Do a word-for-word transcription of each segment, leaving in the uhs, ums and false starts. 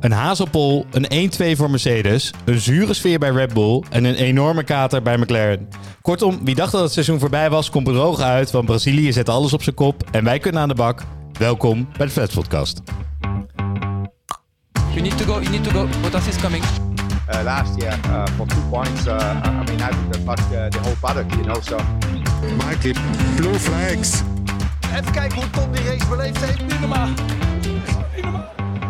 Een hazelpol, een één twee voor Mercedes, een zure sfeer bij Red Bull en een enorme kater bij McLaren. Kortom, wie dacht dat het seizoen voorbij was, komt bedrogen uit, want Brazilië zet alles op zijn kop en wij kunnen aan de bak. Welkom bij de Flats Podcast. You need to go, you need to go. Bottas is coming. Uh, last year uh, for two points, uh, I mean, I would have fucked uh, the whole paddock, you know, so... Mikey, blue flags. Even kijken hoe Tom die race beleefd heeft. Niet normaal. Niet normaal.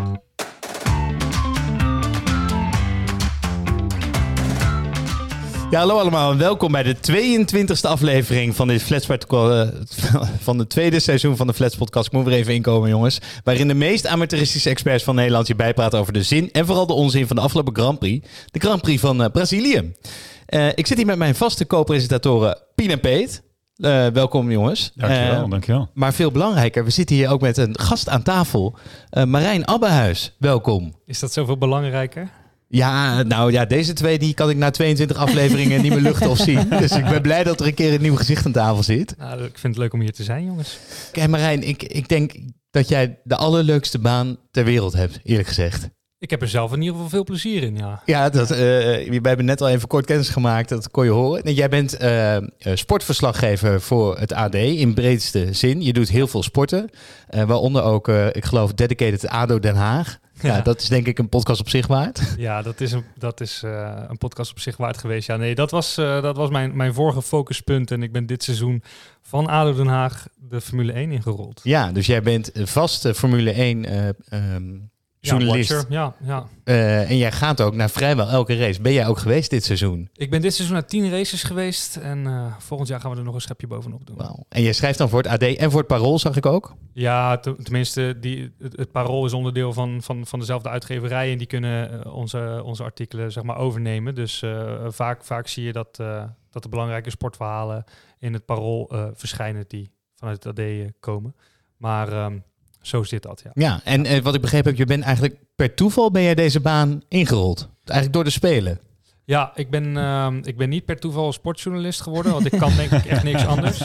Ja, hallo allemaal en welkom bij de tweeëntwintigste aflevering van, dit Flats uh, van het tweede seizoen van de Flats Podcast. Ik moet weer even inkomen, jongens. Waarin de meest amateuristische experts van Nederland je bijpraten over de zin en vooral de onzin van de afgelopen Grand Prix. De Grand Prix van uh, Brazilië. Uh, ik zit hier met mijn vaste co-presentatoren Pien en Peet. Uh, welkom jongens. Dankjewel, uh, dankjewel. Maar veel belangrijker, we zitten hier ook met een gast aan tafel. Uh, Marijn Abbehuis, welkom. Is dat zoveel belangrijker? Ja, nou ja, deze twee die kan ik na tweeëntwintig afleveringen niet meer luchten of zien. Dus ik ben blij dat er een keer een nieuw gezicht aan tafel zit. Nou, ik vind het leuk om hier te zijn, jongens. Kijk Marijn, ik, ik denk dat jij de allerleukste baan ter wereld hebt, eerlijk gezegd. Ik heb er zelf in ieder geval veel plezier in, ja. Ja, dat, uh, we hebben net al even kort kennis gemaakt, dat kon je horen. Nee, jij bent uh, sportverslaggever voor het A D in breedste zin. Je doet heel veel sporten, uh, waaronder ook, uh, ik geloof, dedicated A D O Den Haag. Ja, ja, dat is denk ik een podcast op zich waard. Ja, dat is een, dat is, uh, een podcast op zich waard geweest. Ja, nee, dat was, uh, dat was mijn, mijn vorige focuspunt. En ik ben dit seizoen van A D O Den Haag de Formule één ingerold. Ja, dus jij bent vaste Formule één uh, um, journalist. Ja, ja, ja. Uh, en jij gaat ook naar vrijwel elke race. Ben jij ook geweest dit seizoen? Ik ben dit seizoen naar tien races geweest. En uh, volgend jaar gaan we er nog een schepje bovenop doen. Wow. En jij schrijft dan voor het A D en voor het Parool, zag ik ook? Ja, t- tenminste, die, het, het Parool is onderdeel van, van, van dezelfde uitgeverij. En die kunnen uh, onze, onze artikelen zeg maar overnemen. Dus uh, vaak, vaak zie je dat, uh, dat de belangrijke sportverhalen in het Parool uh, verschijnen die vanuit het A D uh, komen. Maar... Um, Zo zit dat, ja. Ja, en eh, wat ik begrepen heb, je bent eigenlijk per toeval ben jij deze baan ingerold. Eigenlijk door de Spelen. Ja, ik ben, uh, ik ben niet per toeval sportjournalist geworden, want ik kan denk ik echt niks anders.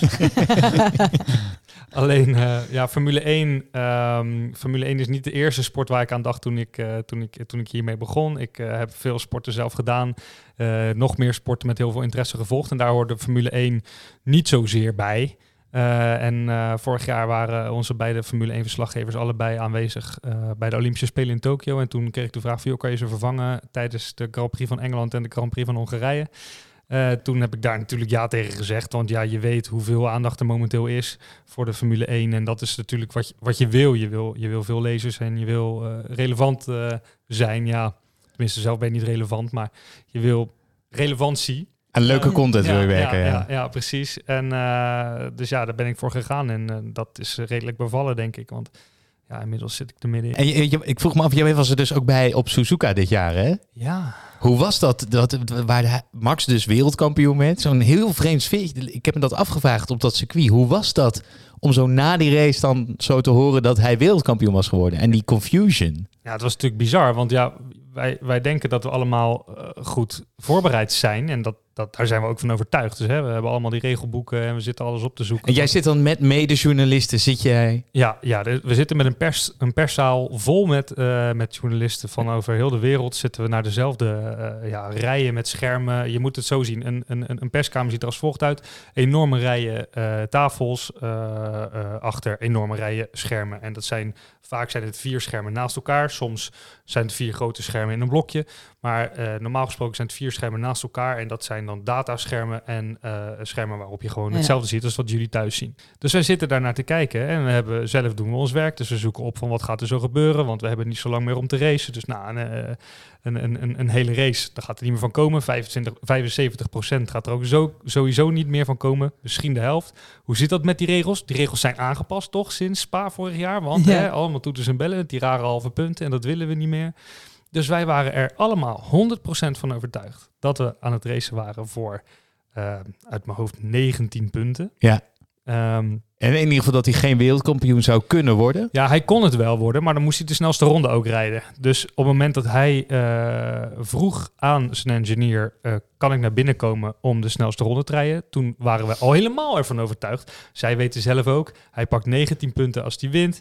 Alleen, uh, ja, Formule één, um, Formule één is niet de eerste sport waar ik aan dacht toen ik, uh, toen ik, toen ik hiermee begon. Ik uh, heb veel sporten zelf gedaan, uh, nog meer sporten met heel veel interesse gevolgd. En daar hoorde Formule één niet zozeer bij. Uh, en uh, vorig jaar waren onze beide Formule één-verslaggevers allebei aanwezig uh, bij de Olympische Spelen in Tokio. En toen kreeg ik de vraag van, joh, kan je ze vervangen tijdens de Grand Prix van Engeland en de Grand Prix van Hongarije? Uh, toen heb ik daar natuurlijk ja tegen gezegd. Want ja, je weet hoeveel aandacht er momenteel is voor de Formule één. En dat is natuurlijk wat je, wat je wil. Je wil. Je wil veel lezers en je wil uh, relevant uh, zijn. Ja, tenminste zelf ben je niet relevant, maar je wil relevantie. En leuke uh, content ja, wil je werken, ja. ja. Ja, ja precies. En uh, dus ja, daar ben ik voor gegaan. En uh, dat is redelijk bevallen, denk ik. Want ja, inmiddels zit ik er middenin. En je, je, ik vroeg me af, jij was er dus ook bij op Suzuka dit jaar, hè? Ja. Hoe was dat, dat waar de, Max dus wereldkampioen werd? Zo'n heel vreemd sfeer. Ik heb me dat afgevraagd op dat circuit. Hoe was dat om zo na die race dan zo te horen dat hij wereldkampioen was geworden? En die confusion. Ja, het was natuurlijk bizar. Want ja, wij, wij denken dat we allemaal uh, goed voorbereid zijn. En dat, dat, daar zijn we ook van overtuigd. Dus hè, we hebben allemaal die regelboeken en we zitten alles op te zoeken. En jij zit dan met medejournalisten, zit jij? Ja, ja de, we zitten met een, pers, een perszaal vol met, uh, met journalisten van over heel de wereld. Zitten we naar dezelfde uh, ja, rijen met schermen. Je moet het zo zien. Een, een, een perskamer ziet er als volgt uit. Enorme rijen uh, tafels, uh, uh, achter enorme rijen schermen. En dat zijn, vaak zijn het vier schermen naast elkaar. Soms zijn het vier grote schermen in een blokje. Maar uh, normaal gesproken zijn het vier schermen naast elkaar. En dat zijn dan dataschermen en uh, schermen waarop je gewoon hetzelfde ja. ziet als wat jullie thuis zien. Dus wij zitten daar naar te kijken. En we hebben, zelf doen we ons werk. Dus we zoeken op van wat gaat er zo gebeuren. Want we hebben niet zo lang meer om te racen. Dus nou, een, een, een, een, een hele race, daar gaat er niet meer van komen. vijfentwintig, vijfenzeventig procent gaat er ook zo, sowieso niet meer van komen. Misschien de helft. Hoe zit dat met die regels? Die regels zijn aangepast toch sinds Spa vorig jaar. Want ja. hè, allemaal toeters en bellen, die rare halve punten. En dat willen we niet meer. Dus wij waren er allemaal honderd procent van overtuigd dat we aan het racen waren voor, uh, uit mijn hoofd, negentien punten. Ja. Um, en in ieder geval dat hij geen wereldkampioen zou kunnen worden. Ja, hij kon het wel worden, maar dan moest hij de snelste ronde ook rijden. Dus op het moment dat hij uh, vroeg aan zijn engineer, uh, kan ik naar binnen komen om de snelste ronde te rijden? Toen waren we al helemaal ervan overtuigd. Zij weten zelf ook, hij pakt negentien punten als hij wint.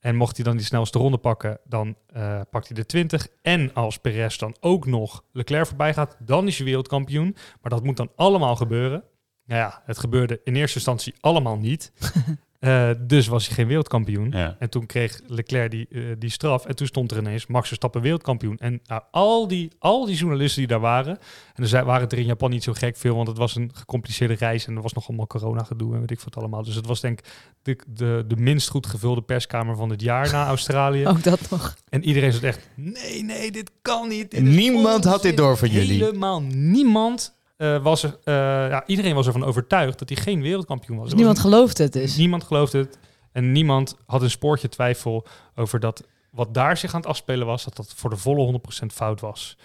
En mocht hij dan die snelste ronde pakken, dan uh, pakt hij de twintig. En als Perez dan ook nog Leclerc voorbij gaat, dan is hij wereldkampioen. Maar dat moet dan allemaal gebeuren. Nou ja, het gebeurde in eerste instantie allemaal niet. Uh, dus was hij geen wereldkampioen. Ja. En toen kreeg Leclerc die, uh, die straf. En toen stond er ineens Max Verstappen wereldkampioen. En nou, al, die, al die journalisten die daar waren... En er waren het er in Japan niet zo gek veel... want het was een gecompliceerde reis... en er was nog allemaal corona-gedoe en weet ik wat allemaal. Dus het was denk ik de, de, de minst goed gevulde perskamer van het jaar na Australië. Ook dat nog. En iedereen zat echt... Nee, nee, dit kan niet. Dit Niemand had dit door van jullie. Helemaal niemand... Uh, was er, uh, ja, iedereen was ervan overtuigd dat hij geen wereldkampioen was. Dus niemand was geloofde het dus. Niemand geloofde het. En niemand had een spoortje twijfel over dat wat daar zich aan het afspelen was, dat dat voor de volle honderd procent fout was.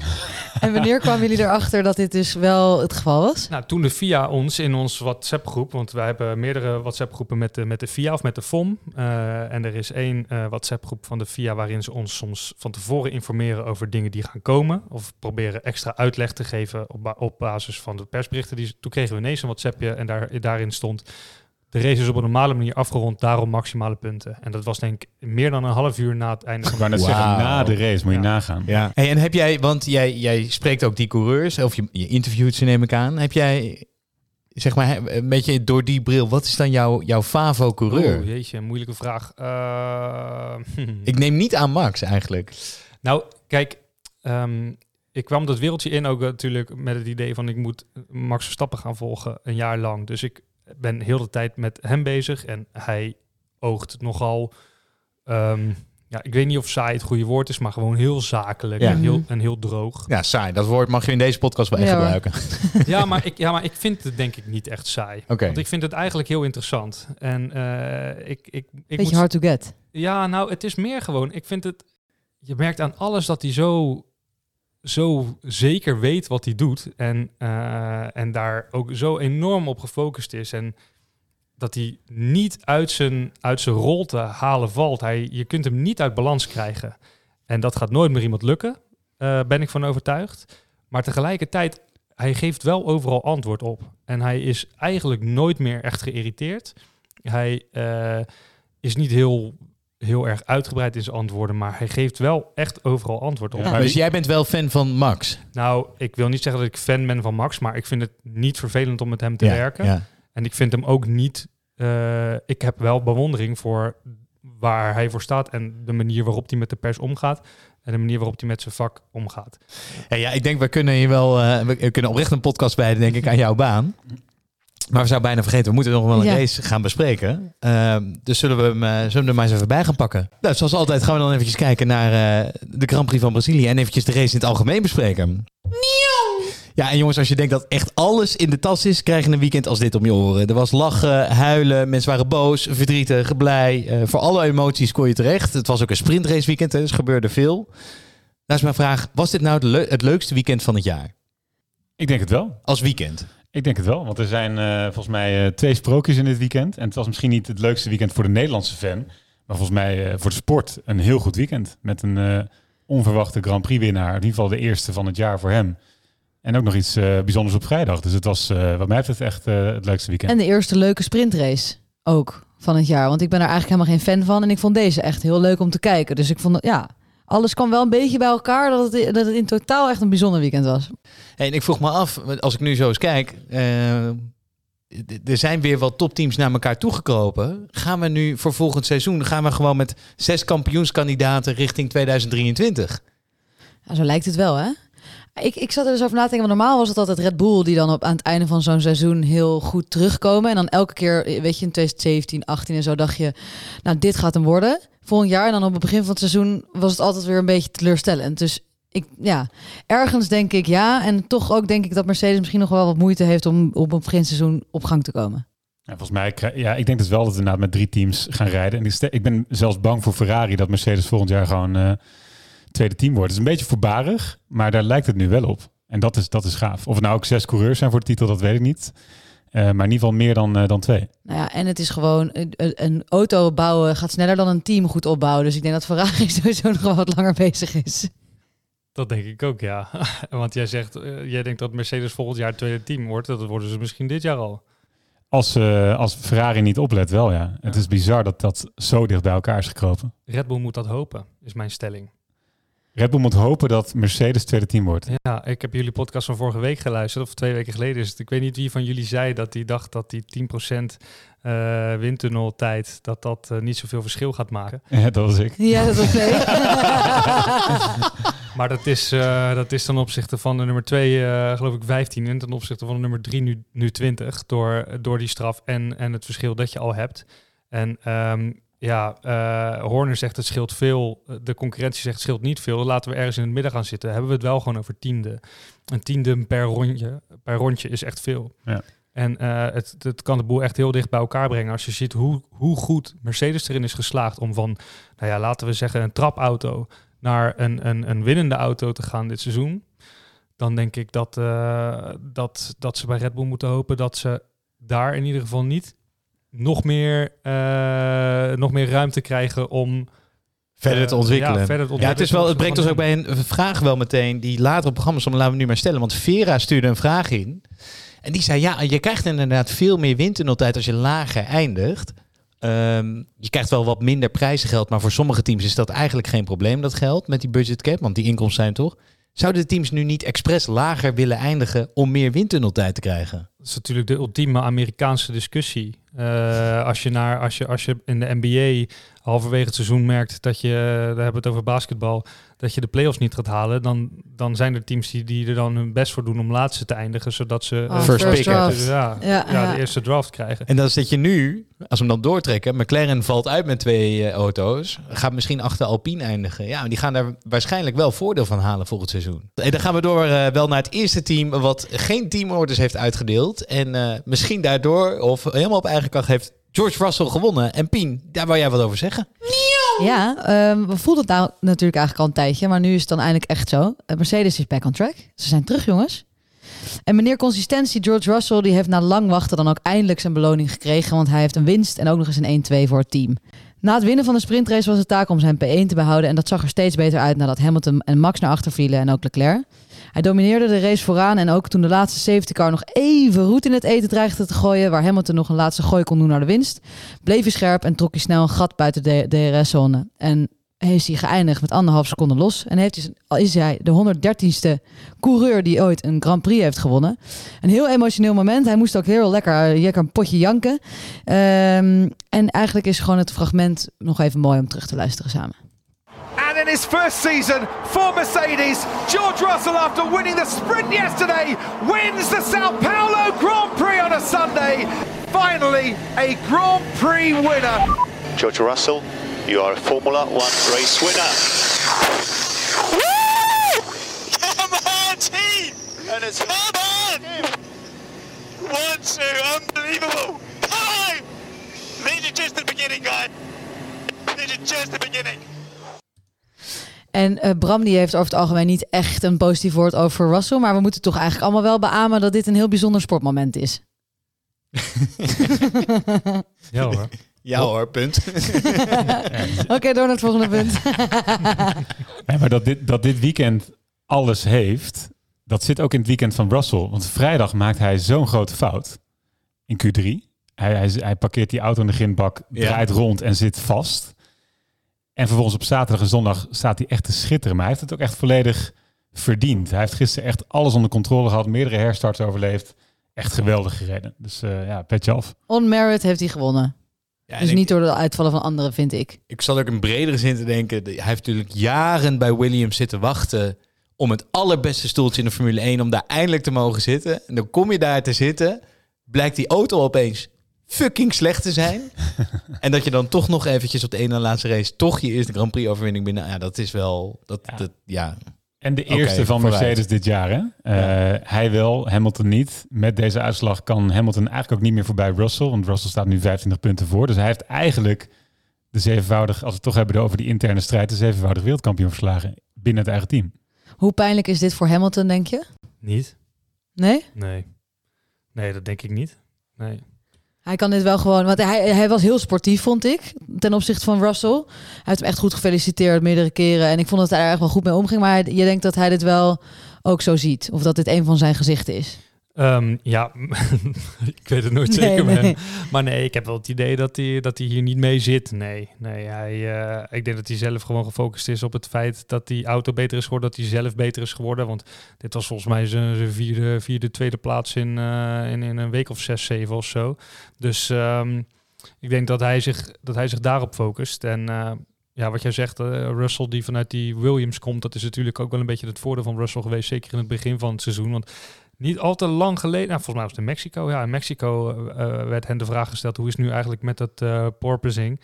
En wanneer kwamen jullie erachter dat dit dus wel het geval was? Nou, toen de F I A ons in ons WhatsApp-groep, want wij hebben meerdere WhatsApp-groepen met de, met de F I A of met de F O M. Uh, en er is één uh, WhatsApp-groep van de F I A waarin ze ons soms van tevoren informeren over dingen die gaan komen. Of proberen extra uitleg te geven op, ba- op basis van de persberichten. Die, toen kregen we ineens een WhatsAppje en daar, daarin stond... De race is op een normale manier afgerond, daarom maximale punten. En dat was denk ik meer dan een half uur na het einde van de Ik wou net Wow. zeggen, na de race moet je Ja. nagaan. Ja. Hey, en heb jij, want jij, jij spreekt ook die coureurs, of je, je interviewt ze neem ik aan. Heb jij, zeg maar, een beetje door die bril, wat is dan jouw, jouw favo-coureur? Oh, jeetje, een moeilijke vraag. Uh, Ik neem niet aan Max eigenlijk. Nou, kijk, um, ik kwam dat wereldje in ook natuurlijk met het idee van ik moet Max Verstappen gaan volgen een jaar lang. Dus ik ben heel de tijd met hem bezig en hij oogt nogal, um, ja, ik weet niet of saai het goede woord is, maar gewoon heel zakelijk Ja. en, heel, en heel droog. Ja, saai. Dat woord mag je in deze podcast wel echt Ja, hoor. gebruiken. Ja, maar ik, ja, maar ik vind het denk ik niet echt saai. Oké. Want ik vind het eigenlijk heel interessant. En uh, ik, ik, ik Beetje hard to get. Ja, nou, het is meer gewoon, ik vind het, je merkt aan alles dat hij zo... zo zeker weet wat hij doet en, uh, en daar ook zo enorm op gefocust is en dat hij niet uit zijn, uit zijn rol te halen valt. Hij, je kunt hem niet uit balans krijgen. En dat gaat nooit meer iemand lukken, uh, ben ik van overtuigd. Maar tegelijkertijd, hij geeft wel overal antwoord op. En hij is eigenlijk nooit meer echt geïrriteerd. Hij uh, is niet heel... heel erg uitgebreid in zijn antwoorden, maar hij geeft wel echt overal antwoord op. Ja. Ja. Maar Dus wie- jij bent wel fan van Max? Nou, ik wil niet zeggen dat ik fan ben van Max, maar ik vind het niet vervelend om met hem te Ja, werken. ja. En ik vind hem ook niet... Uh, ik heb wel bewondering voor waar hij voor staat en de manier waarop hij met de pers omgaat en de manier waarop hij met zijn vak omgaat. Ja, ja, ik denk, we kunnen hier wel... Uh, we kunnen oprecht een podcast wijden, denk ik, aan jouw baan. Maar we zouden bijna vergeten, we moeten nog wel een Ja. race gaan bespreken. Uh, dus zullen we, hem, uh, zullen we hem er maar eens even bij gaan pakken. Nou, zoals altijd gaan we dan eventjes kijken naar uh, de Grand Prix van Brazilië en eventjes de race in het algemeen bespreken. Ja, en jongens, als je denkt dat echt alles in de tas is, krijg je een weekend als dit om je oren. Er was lachen, huilen, mensen waren boos, verdrietig, blij. Uh, voor alle emoties kon je terecht. Het was ook een sprintrace weekend, dus er gebeurde veel. Dat is mijn vraag, was dit nou het, le- het leukste weekend van het jaar? Ik denk het wel. Als weekend? Ik denk het wel, want er zijn uh, volgens mij uh, twee sprookjes in dit weekend. En het was misschien niet het leukste weekend voor de Nederlandse fan, maar volgens mij uh, voor de sport een heel goed weekend. Met een uh, onverwachte Grand Prix winnaar, in ieder geval de eerste van het jaar voor hem. En ook nog iets uh, bijzonders op vrijdag. Dus het was uh, wat mij betreft echt uh, het leukste weekend. En de eerste leuke sprintrace ook van het jaar. Want ik ben er eigenlijk helemaal geen fan van. En ik vond deze echt heel leuk om te kijken. Dus ik vond het, ja, alles kwam wel een beetje bij elkaar. Dat het, dat het in totaal echt een bijzonder weekend was. Hey, en ik vroeg me af, als ik nu zo eens kijk, uh, d- er zijn weer wat topteams naar elkaar toegekropen. Gaan we nu voor volgend seizoen, gaan we gewoon met zes kampioenskandidaten richting tweeduizend drieëntwintig? Ja, zo lijkt het wel, hè? Ik, ik zat er dus over na te denken, want normaal was het altijd Red Bull die dan op, aan het einde van zo'n seizoen heel goed terugkomen. En dan elke keer, weet je, in twintig zeventien, achttien en zo dacht je, nou, dit gaat hem worden. Volgend jaar en dan op het begin van het seizoen was het altijd weer een beetje teleurstellend. Dus ik, ja, ergens denk ik ja. En toch ook denk ik dat Mercedes misschien nog wel wat moeite heeft om op het beginseizoen op gang te komen. Ja, volgens mij, krijg- ja, ik denk dus wel dat we inderdaad met drie teams gaan rijden. En ik, ste- ik ben zelfs bang voor Ferrari dat Mercedes volgend jaar gewoon uh, tweede team wordt. Het is een beetje voorbarig, maar daar lijkt het nu wel op. En dat is, dat is gaaf. Of het nou ook zes coureurs zijn voor de titel, dat weet ik niet. Uh, maar in ieder geval meer dan, uh, dan twee. Nou ja, en het is gewoon, een, een auto bouwen gaat sneller dan een team goed opbouwen. Dus ik denk dat Ferrari sowieso nog wel wat langer bezig is. Dat denk ik ook, ja. Want jij zegt, uh, jij denkt dat Mercedes volgend jaar het tweede team wordt. Dat worden ze misschien dit jaar al. Als, uh, als Ferrari niet oplet wel, ja. Het Ja. is bizar dat dat zo dicht bij elkaar is gekropen. Red Bull moet dat hopen, is mijn stelling. Red Bull moet hopen dat Mercedes tweede team wordt. Ja, ik heb jullie podcast van vorige week geluisterd, of twee weken geleden is het. Ik weet niet wie van jullie zei dat die dacht dat die tien procent uh, windtunneltijd, dat dat uh, niet zoveel verschil gaat maken. Ja, dat was ik. Ja, dat was leuk. Maar dat is, uh, dat is ten opzichte van de nummer twee, uh, geloof ik, vijftien. En ten opzichte van de nummer drie nu, nu twintig. Door, door die straf en, en het verschil dat je al hebt. En um, ja, uh, Horner zegt het scheelt veel. De concurrentie zegt het scheelt niet veel. Laten we ergens in het midden gaan zitten. Hebben we het wel gewoon over tiende. Een tiende per rondje, per rondje is echt veel. Ja. En uh, het, het kan de boel echt heel dicht bij elkaar brengen. Als je ziet hoe, hoe goed Mercedes erin is geslaagd om van, nou ja, laten we zeggen een trapauto naar een, een, een winnende auto te gaan dit seizoen, dan denk ik dat, uh, dat, dat ze bij Red Bull moeten hopen dat ze daar in ieder geval niet nog meer, uh, nog meer ruimte krijgen om verder te ontwikkelen. Uh, ja, verder te ontwikkelen. Ja, het, is wel, het brengt ons ook bij een vraag wel meteen die later op programma stond, laten we nu maar stellen. Want Vera stuurde een vraag in en die zei, ja, je krijgt inderdaad veel meer windtunneltijd als je lager eindigt. Um, je krijgt wel wat minder prijzengeld, maar voor sommige teams is dat eigenlijk geen probleem, dat geld met die budgetcap, want die inkomsten zijn toch. Zouden de teams nu niet expres lager willen eindigen om meer windtunneltijd te krijgen? Dat is natuurlijk de ultieme Amerikaanse discussie. Uh, als je naar, als je, als je in de N B A halverwege het seizoen merkt dat je, daar hebben we het over basketbal, dat je de play-offs niet gaat halen, dan, dan zijn er teams die, die er dan hun best voor doen om laatste te eindigen, zodat ze Oh, uh, first first pick draft. dus ja, Ja, ja, ja. de eerste draft krijgen. En dan zit je nu, als we hem dan doortrekken, McLaren valt uit met twee uh, auto's, gaat misschien achter Alpine eindigen. Ja, die gaan daar waarschijnlijk wel voordeel van halen volgend seizoen. En dan gaan we door uh, wel naar het eerste team wat geen teamorders heeft uitgedeeld en uh, misschien daardoor, of helemaal op eigen kracht heeft George Russell gewonnen. En Pien, daar wou jij wat over zeggen? Ja, um, we voelden het nou natuurlijk eigenlijk al een tijdje, maar nu is het dan eindelijk echt zo. Uh, Mercedes is back on track. Ze zijn terug, jongens. En meneer Consistentie, George Russell, die heeft na lang wachten dan ook eindelijk zijn beloning gekregen, want hij heeft een winst en ook nog eens een één twee voor het team. Na het winnen van de sprintrace was het taak om zijn P één te behouden en dat zag er steeds beter uit nadat Hamilton en Max naar achter vielen en ook Leclerc. Hij domineerde de race vooraan en ook toen de laatste safety car nog even roet in het eten dreigde te gooien, waar Hamilton nog een laatste gooi kon doen naar de winst, bleef hij scherp en trok hij snel een gat buiten de D R S-zone. En heeft hij geëindigd met anderhalf seconde los. En heeft hij, al is hij de honderddertiende coureur die ooit een Grand Prix heeft gewonnen. Een heel emotioneel moment. Hij moest ook heel lekker, lekker een potje janken. Um, en eigenlijk is gewoon het fragment nog even mooi om terug te luisteren samen. And in his first season for Mercedes, George Russell, after winning the sprint yesterday, wins the Sao Paulo Grand Prix on a Sunday. Finally, a Grand Prix winner. George Russell, you are a Formula One race winner. Woo! Come on, team! And it's come on! One, two, unbelievable! Come on! This is just the beginning, guys. This is just the beginning. En uh, Bram die heeft over het algemeen niet echt een positief woord over Russell, maar we moeten toch eigenlijk allemaal wel beamen dat dit een heel bijzonder sportmoment is. Ja hoor. Ja hoor, punt. Oké, okay, door naar het volgende punt. Nee, maar dat dit, dat dit weekend alles heeft, dat zit ook in het weekend van Russell. Want vrijdag maakt hij zo'n grote fout in Q drie. Hij, hij, hij parkeert die auto in de grindbak, draait ja. rond en zit vast. En vervolgens op zaterdag en zondag staat hij echt te schitteren. Maar hij heeft het ook echt volledig verdiend. Hij heeft gisteren echt alles onder controle gehad. Meerdere herstarts overleefd. Echt geweldig gereden. Dus uh, ja, petje af. On merit heeft hij gewonnen. Ja, dus niet ik, door de uitvallen van anderen, vind ik. Ik zal ook in bredere zin te denken. Hij heeft natuurlijk jaren bij Williams zitten wachten om het allerbeste stoeltje in de Formule één, om daar eindelijk te mogen zitten. En dan kom je daar te zitten, blijkt die auto opeens fucking slecht te zijn. En dat je dan toch nog eventjes op de ene laatste race toch je eerste Grand Prix overwinning binnen. Ja, dat is wel... Dat, ja. Dat, ja. En de eerste okay, van Mercedes vooruit. Dit jaar, hè? Uh, ja. Hij wel, Hamilton niet. Met deze uitslag kan Hamilton eigenlijk ook niet meer voorbij Russell. Want Russell staat nu vijfentwintig punten voor. Dus hij heeft eigenlijk de zevenvoudig, als we het toch hebben over die interne strijd, de zevenvoudig wereldkampioen verslagen binnen het eigen team. Hoe pijnlijk is dit voor Hamilton, denk je? Niet. Nee? Nee. Nee, dat denk ik niet. Nee. Hij kan dit wel gewoon, want hij, hij was heel sportief, vond ik, ten opzichte van Russell. Hij heeft hem echt goed gefeliciteerd, meerdere keren. En ik vond dat hij er echt wel goed mee omging. Maar hij, je denkt dat hij dit wel ook zo ziet? Of dat dit een van zijn gezichten is? Um, ja, ik weet het nooit Nee, zeker met nee. hem. Maar nee, ik heb wel het idee dat hij, dat hij hier niet mee zit. Nee, nee hij, uh, ik denk dat hij zelf gewoon gefocust is op het feit dat die auto beter is geworden. Dat hij zelf beter is geworden. Want dit was volgens mij zijn, zijn vierde, vierde, tweede plaats in, uh, in, in een week of zes, zeven of zo. Dus um, ik denk dat hij zich, dat hij zich daarop focust. En uh, ja, wat jij zegt, uh, Russell die vanuit die Williams komt, dat is natuurlijk ook wel een beetje het voordeel van Russell geweest. Zeker in het begin van het seizoen. Want niet al te lang geleden, nou, volgens mij was het in Mexico. Ja, in Mexico uh, werd hen de vraag gesteld, hoe is het nu eigenlijk met dat uh, porpoising?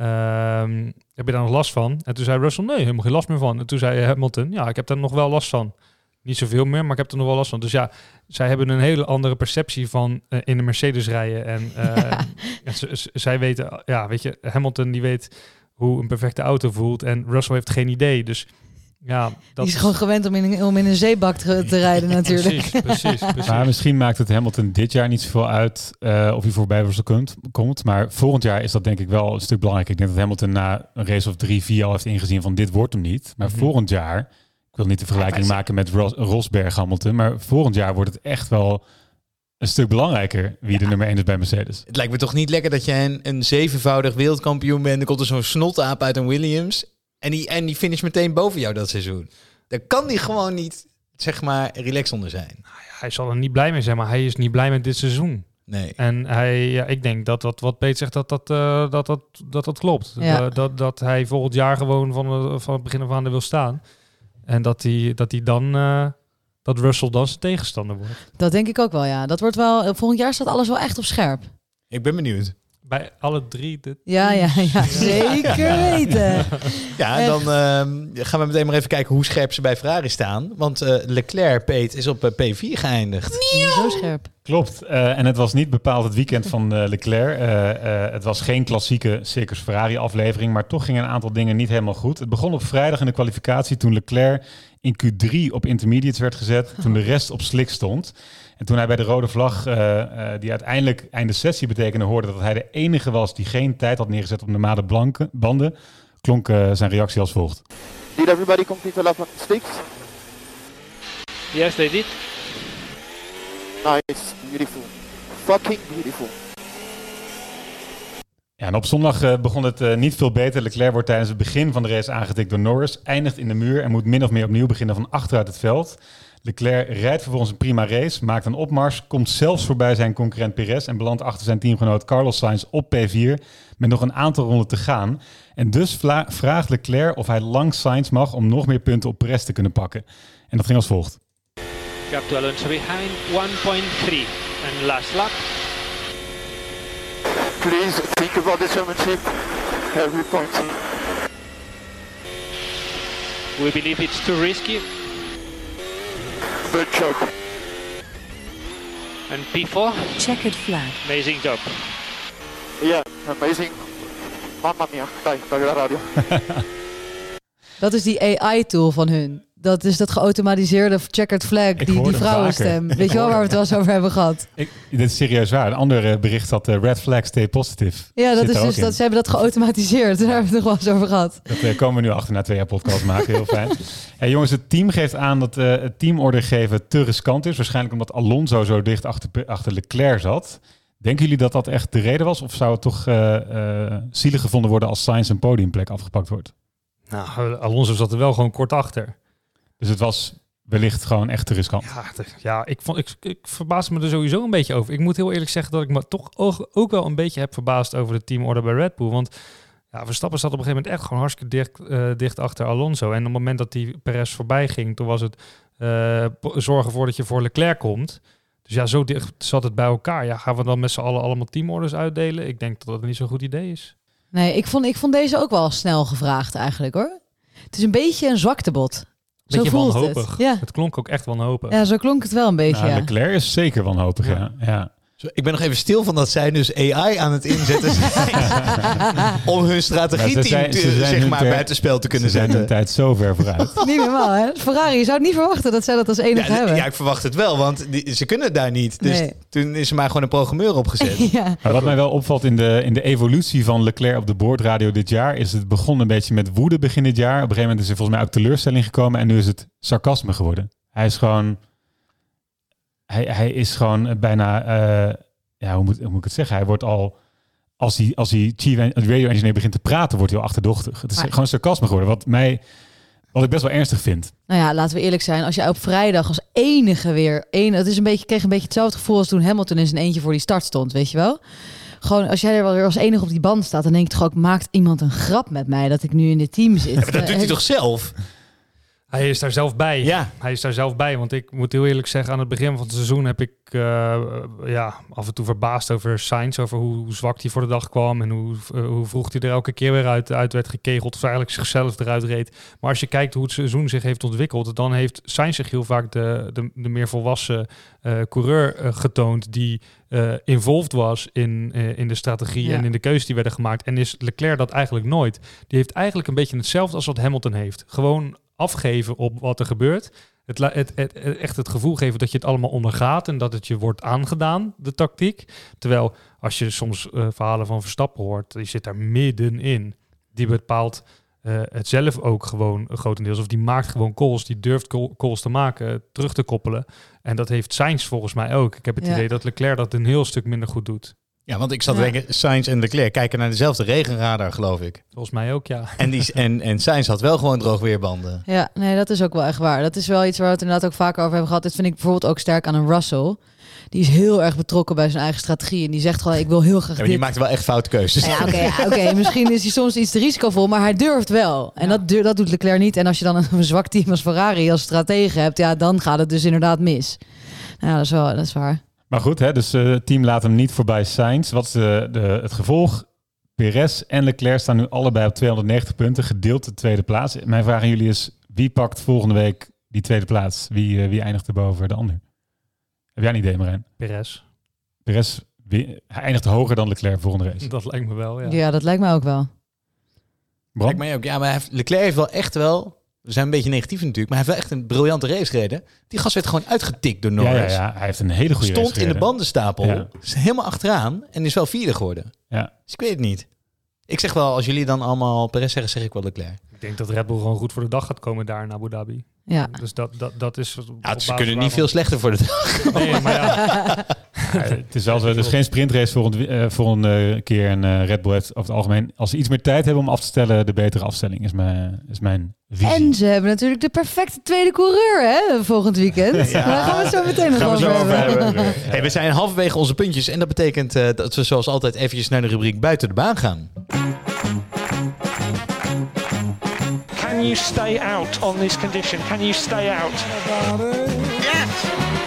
Um, heb je daar nog last van? En toen zei Russell, nee, helemaal geen last meer van. En toen zei Hamilton, ja, ik heb daar nog wel last van. Niet zoveel meer, maar ik heb er nog wel last van. Dus ja, zij hebben een hele andere perceptie van uh, in de Mercedes rijden. En, uh, en z- z- zij weten, ja, weet je, Hamilton die weet hoe een perfecte auto voelt. En Russell heeft geen idee, dus ja, dat Die is gewoon gewend om in een, om in een zeebak te, te rijden natuurlijk. Precies, precies, precies. Maar misschien maakt het Hamilton dit jaar niet zoveel uit uh, of hij voorbij Russell komt, komt. Maar volgend jaar is dat denk ik wel een stuk belangrijk. Ik denk dat Hamilton na een race of drie, vier al heeft ingezien van dit wordt hem niet. Maar Mm-hmm. volgend jaar, ik wil niet de vergelijking Ja, maken met Ros- Rosberg Hamilton, maar volgend jaar wordt het echt wel een stuk belangrijker wie de nummer één is bij Mercedes. Het lijkt me toch niet lekker dat jij een, een zevenvoudig wereldkampioen bent. Dan komt er zo'n snotaap uit een Williams. En die, en die finish meteen boven jou dat seizoen. Daar kan die gewoon niet, zeg maar, relaxed onder zijn. Hij zal er niet blij mee zijn, maar hij is niet blij met dit seizoen. Nee. En hij, ja, ik denk dat dat wat Peet zegt, dat dat, uh, dat, dat, dat, dat klopt. Ja. Dat, dat, dat hij volgend jaar gewoon van, uh, van het begin af aan er wil staan. En dat hij, dat hij dan, uh, dat Russell dan zijn tegenstander wordt. Dat denk ik ook wel, ja. Dat wordt wel, volgend jaar staat alles wel echt op scherp. Ik ben benieuwd. Bij alle drie de Ja, ja, ja, zeker weten. Ja, Echt. dan uh, gaan we meteen maar even kijken hoe scherp ze bij Ferrari staan. Want uh, Leclerc, Peet, is op uh, P vier geëindigd. Zo scherp. Klopt. Uh, en het was niet bepaald het weekend van uh, Leclerc. Uh, uh, het was geen klassieke Circus Ferrari aflevering, maar toch gingen een aantal dingen niet helemaal goed. Het begon op vrijdag in de kwalificatie toen Leclerc in Q drie op intermediates werd gezet, toen de rest op slick stond. En toen hij bij de rode vlag, uh, uh, die uiteindelijk einde sessie betekende, hoorde dat hij de enige was die geen tijd had neergezet op normale blanke banden, klonk uh, zijn reactie als volgt. Did everybody complete a lap on sticks? Yes, they did. Nice, beautiful. Fucking beautiful. Ja, en op zondag uh, begon het uh, niet veel beter. Leclerc wordt tijdens het begin van de race aangetikt door Norris, eindigt in de muur en moet min of meer opnieuw beginnen van achteruit het veld. Leclerc rijdt vervolgens een prima race, maakt een opmars, komt zelfs voorbij zijn concurrent Perez en belandt achter zijn teamgenoot Carlos Sainz op P vier met nog een aantal ronden te gaan. En dus vla- vraagt Leclerc of hij langs Sainz mag om nog meer punten op Perez te kunnen pakken. En dat ging als volgt. Gap to Alonso behind one point three and last lap. Please think about the championship. Every point. We believe it's too risky. Good job. And P four, Checkered flag. amazing job. Yeah, amazing. Mamma mia, dai, togli la radio. Dat is die A I-tool van hun. Dat is dat geautomatiseerde checkered flag, Ik die, die hoorde vrouwenstem. vaker. Weet je wel waar we het wel eens over hebben gehad? Ik, dit is serieus waar. Een ander uh, bericht had uh, red flag stay positive. Ja, dat Zit is daar ook dus in. dat ze hebben dat geautomatiseerd. Daar hebben we het nog wel eens over gehad. Dat uh, komen we nu achter na twee jaar podcast maken. Heel fijn. Hey, jongens, het team geeft aan dat uh, het teamorder geven te riskant is. Waarschijnlijk omdat Alonso zo dicht achter, achter Leclerc zat. Denken jullie dat dat echt de reden was? Of zou het toch uh, uh, zielig gevonden worden als Sainz een podiumplek afgepakt wordt? Nou, Alonso zat er wel gewoon kort achter. Dus het was wellicht gewoon echt te riskant. Ja, de- ja ik, vond, ik, ik verbaas me er sowieso een beetje over. Ik moet heel eerlijk zeggen dat ik me toch ook, ook wel een beetje heb verbaasd over de teamorder bij Red Bull. Want ja, Verstappen zat op een gegeven moment echt gewoon hartstikke dicht, uh, dicht achter Alonso. En op het moment dat die Perez voorbij ging, toen was het uh, po- zorgen ervoor dat je voor Leclerc komt. Dus ja, zo dicht zat het bij elkaar. Ja, gaan we dan met z'n allen allemaal teamorders uitdelen? Ik denk dat dat niet zo'n goed idee is. Nee, ik vond, ik vond deze ook wel snel gevraagd eigenlijk hoor. Het is een beetje een zwaktebod. Zo Beetje voelt wanhopig. het. Ja. Het klonk ook echt wanhopig. Ja, zo klonk het wel een beetje. Nou, ja. Leclerc is zeker wanhopig, ja. ja. Zo, ik ben nog even stil van dat zij dus A I aan het inzetten zijn om hun strategieteam zijn- te- ze zijn zeg hun maar ter- buitenspel te kunnen Ze zijn hun zetten. tijd zo ver vooruit. Niet normaal hè. Ferrari, je zou het niet verwachten dat zij dat als enige Ja, hebben. ja, ik verwacht het wel, want die, ze kunnen het daar niet. Dus Nee. toen is er maar gewoon een programmeur opgezet. ja. Maar wat mij wel opvalt in de, in de evolutie van Leclerc op de boordradio dit jaar, is het begon een beetje met woede begin dit jaar. Op een gegeven moment is er volgens mij ook teleurstelling gekomen en nu is het sarcasme geworden. Hij is gewoon... hij, hij is gewoon bijna... Uh, ja, hoe moet, hoe moet ik het zeggen? Hij wordt al... Als hij, als hij chief radio engineer begint te praten, wordt hij al achterdochtig. Het is Maar... gewoon sarcasme geworden. Wat mij... Wat ik best wel ernstig vind. Nou ja, laten we eerlijk zijn. Als jij op vrijdag als enige weer... Een, het is een beetje, kreeg een beetje hetzelfde gevoel als toen Hamilton in zijn eentje voor die start stond, weet je wel? Gewoon, als jij er wel weer als enige op die band staat, dan denk ik toch ook, maakt iemand een grap met mij dat ik nu in dit team zit? Ja, maar dat doet hij toch zelf? Hij is daar zelf bij. Ja. Hij is daar zelf bij. Want ik moet heel eerlijk zeggen, aan het begin van het seizoen heb ik uh, ja, af en toe verbaasd over Sainz. Over hoe, hoe zwak hij voor de dag kwam. En hoe, uh, hoe vroeg hij er elke keer weer uit, uit werd gekegeld. Of eigenlijk zichzelf eruit reed. Maar als je kijkt hoe het seizoen zich heeft ontwikkeld, dan heeft Sainz zich heel vaak de, de, de meer volwassen uh, coureur uh, getoond. Die uh, involved was in, uh, in de strategie ja. en in de keuzes die werden gemaakt. En is Leclerc dat eigenlijk nooit. Die heeft eigenlijk een beetje hetzelfde als wat Hamilton heeft. Gewoon afgeven op wat er gebeurt. Het, het, het, het, echt het gevoel geven dat je het allemaal ondergaat en dat het je wordt aangedaan, de tactiek. Terwijl als je soms uh, verhalen van Verstappen hoort, die zit daar middenin. Die bepaalt uh, het zelf ook gewoon grotendeels. Of die maakt gewoon calls, die durft calls te maken, terug te koppelen. En dat heeft Sainz volgens mij ook. Ik heb het ja. idee dat Leclerc dat een heel stuk minder goed doet. Ja, want ik zat ja. te denken, Sainz en Leclerc kijken naar dezelfde regenradar, geloof ik. Volgens mij ook, ja. En, die, en, en Sainz had wel gewoon droogweerbanden. Ja, nee, dat is ook wel echt waar. Dat is wel iets waar we het inderdaad ook vaker over hebben gehad. Dit vind ik bijvoorbeeld ook sterk aan een Russell. Die is heel erg betrokken bij zijn eigen strategie. En die zegt gewoon, ik wil heel graag ja, maar die dit. maakt wel echt foute keuzes. Ja, oké, okay, ja, okay. Misschien is hij soms iets te risicovol, maar hij durft wel. En ja. dat, dat doet Leclerc niet. En als je dan een zwak team als Ferrari als stratege hebt, ja, dan gaat het dus inderdaad mis. Nou, ja, dat is wel, dat is waar. Maar goed, hè, dus uh, het team laat hem niet voorbij Sainz. Wat is de, de, het gevolg? Perez en Leclerc staan nu allebei op tweehonderdnegentig punten, gedeeld de tweede plaats. Mijn vraag aan jullie is, wie pakt volgende week die tweede plaats? Wie, uh, wie eindigt er boven de ander? Heb jij een idee, Marijn? Perez. Perez, wie, hij eindigt hoger dan Leclerc volgende race. Dat lijkt me wel, ja. Ja, dat lijkt mij ook wel. Bram? Lijkt mij ook. Ja, maar hij heeft, Leclerc heeft wel echt wel... We zijn een beetje negatief natuurlijk, maar hij heeft wel echt een briljante race gereden. Die gast werd gewoon uitgetikt door Norris. Ja, ja, ja. Hij heeft een hele goede Stond race in de bandenstapel, ja. is helemaal achteraan en is wel vierde geworden. Ja. Dus ik weet het niet. Ik zeg wel, als jullie dan allemaal Perez zeggen, zeg ik wel Leclerc. Ik denk dat Red Bull gewoon goed voor de dag gaat komen daar in Abu Dhabi. Ja. Dus dat, dat, dat is... Ja, ze kunnen niet veel slechter voor de dag. Nee, maar ja. Ja, het is wel zo, dus geen sprintrace volgende, uh, volgende keer. En uh, Red Bull heeft over het algemeen, als ze iets meer tijd hebben om af te stellen, de betere afstelling is mijn, is mijn visie. En ze hebben natuurlijk de perfecte tweede coureur, hè, volgend weekend. Ja. Daar gaan we het zo meteen nog over hebben. hebben. Hey, we zijn halverwege onze puntjes en dat betekent uh, dat we zoals altijd eventjes naar de rubriek buiten de baan gaan. Can you stay out on this condition? Can you stay out? Yes!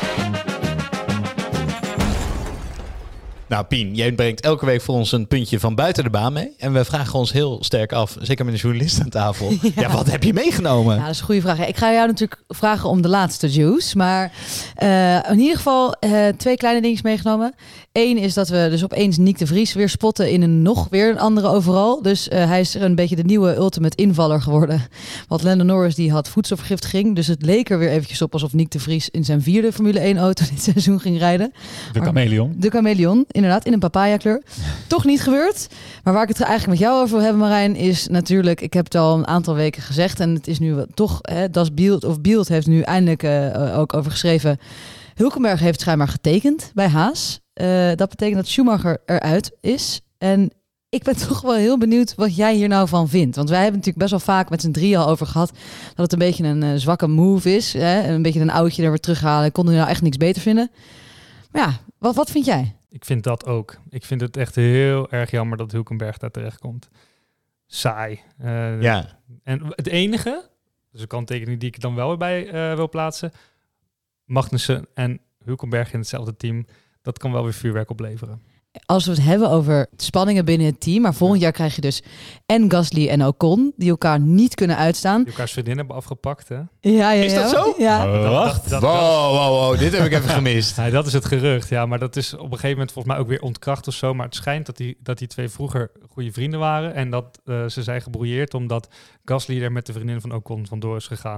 Nou, Pien, jij brengt elke week voor ons een puntje van buiten de baan mee. En we vragen ons heel sterk af, zeker met een journalist aan tafel. Ja, ja wat heb je meegenomen? Ja, dat is een goede vraag. Ik ga jou natuurlijk vragen om de laatste juice. Maar uh, in ieder geval uh, twee kleine dingetjes meegenomen. Eén is dat we dus opeens Nick de Vries weer spotten in een nog weer een andere overal. Dus uh, hij is een beetje de nieuwe ultimate invaller geworden. Want Lando Norris die had voedselvergiftiging. Dus het leek er weer eventjes op alsof Nick de Vries in zijn vierde Formule één auto dit seizoen ging rijden. De chameleon. De chameleon, inderdaad, in een papaya kleur. Toch niet gebeurd. Maar waar ik het eigenlijk met jou over wil hebben, Marijn, is natuurlijk, ik heb het al een aantal weken gezegd en het is nu toch, hè, Das Bild of Bild heeft nu eindelijk uh, ook over geschreven. Hulkenberg heeft schijnbaar getekend bij Haas. Uh, dat betekent dat Schumacher eruit is. En ik ben toch wel heel benieuwd wat jij hier nou van vindt. Want wij hebben natuurlijk best wel vaak met z'n drieën al over gehad dat het een beetje een uh, zwakke move is. Hè? Een beetje een oudje er weer terughalen. Ik kon er nou echt niks beter vinden. Maar ja, wat, wat vind jij? Ik vind dat ook. Ik vind het echt heel erg jammer dat Hulkenberg daar terecht komt. Saai. Uh, ja. En het enige, dus een kanttekening die ik dan wel weer bij uh, wil plaatsen, Magnussen en Hulkenberg in hetzelfde team, dat kan wel weer vuurwerk opleveren. Als we het hebben over spanningen binnen het team, maar volgend jaar krijg je dus en Gasly en Ocon, die elkaar niet kunnen uitstaan. Die elkaars vriendin hebben afgepakt, hè? Ja, ja, ja. Is dat zo? Ja. Uh, wacht. Wow, wow, wow, dit heb ik even gemist. Ja, dat is het gerucht, ja. Maar dat is op een gegeven moment volgens mij ook weer ontkracht of zo. Maar het schijnt dat die, dat die twee vroeger goede vrienden waren en dat uh, ze zijn gebrouilleerd omdat Gasly er met de vriendin van Ocon vandoor is gegaan.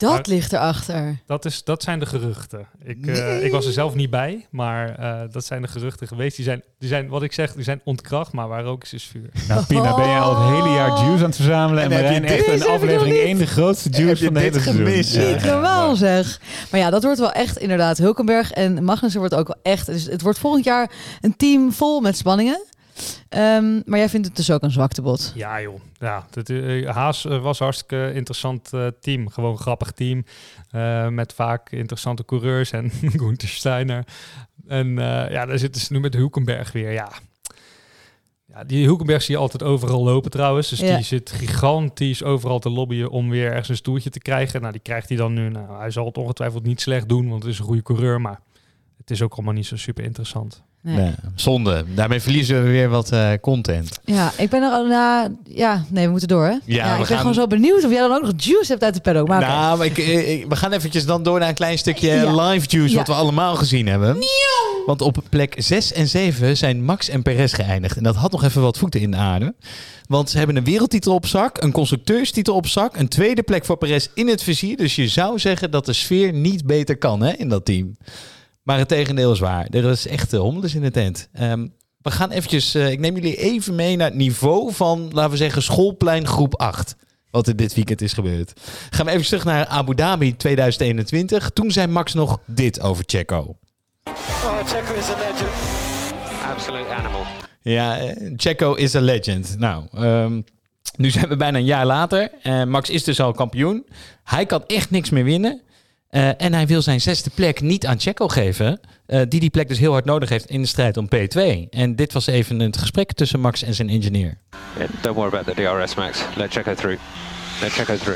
Dat Maar ligt erachter. Dat, is, dat zijn de geruchten. Ik, uh, Nee. ik was er zelf niet bij, maar uh, dat zijn de geruchten geweest. Die zijn, die zijn, wat ik zeg, die zijn ontkracht, maar waar ook is, is vuur. Nou, Pina, ben je al het hele jaar juice aan het verzamelen. En, En heb je Marijn echt dit? een Deze heb ik aflevering nog één de grootste juice Heb je van de dit hele seizoen. gemist? Ja, Niet ja, normaal maar- zeg. Maar ja, dat wordt wel echt inderdaad Hulkenberg en Magnussen wordt ook wel echt. Dus het wordt volgend jaar een team vol met spanningen. Um, maar jij vindt het dus ook een zwaktebod. Ja joh, ja, het, uh, Haas uh, was een hartstikke interessant uh, team. Gewoon een grappig team. Uh, met vaak interessante coureurs en Gunther Steiner. En uh, ja, daar zitten ze nu met Hulkenberg weer. Ja. Ja, die Hulkenberg zie je altijd overal lopen trouwens. Dus Ja. die zit gigantisch overal te lobbyen om weer ergens een stoeltje te krijgen. Nou, die krijgt hij dan nu. Nou, hij zal het ongetwijfeld niet slecht doen, want het is een goede coureur. Maar het is ook allemaal niet zo super interessant. Nee. Nee, zonde. Daarmee verliezen we weer wat uh, content. Ja, ik ben er al na. Ja, nee, we moeten door, hè? Ja, we ik ben gaan- gewoon zo benieuwd of jij dan ook nog juice hebt uit de paddock. Maar oké. Nou, maar ik, ik- we gaan eventjes dan door naar een klein stukje Ja. live juice, Ja. wat we allemaal gezien hebben. Want op plek zes en zeven zijn Max en Perez geëindigd. En dat had nog even wat voeten in de aarde. Want ze hebben een wereldtitel op zak, een constructeurstitel op zak, een tweede plek voor Perez in het vizier. Dus je zou zeggen dat de sfeer niet beter kan, hè, in dat team. Maar het tegendeel is waar. Er is echt uh, hommeles in de tent. Um, we gaan eventjes, uh, ik neem jullie even mee naar het niveau van, laten we zeggen, schoolplein groep acht. Wat er dit weekend is gebeurd. Gaan we even terug naar Abu Dhabi tweeduizend eenentwintig. Toen zei Max nog dit over Checo. Oh, Checo is a legend. Absolute animal. Ja, uh, Checo is a legend. Nou, um, nu zijn we bijna een jaar later. Uh, Max is dus al kampioen. Hij kan echt niks meer winnen. Uh, en hij wil zijn zesde plek niet aan Checo geven. Uh, die die plek dus heel hard nodig heeft in de strijd om P twee. En dit was even het gesprek tussen Max en zijn engineer. Yeah, don't worry about the D R S, Max. Let Checo through. Let Checo through.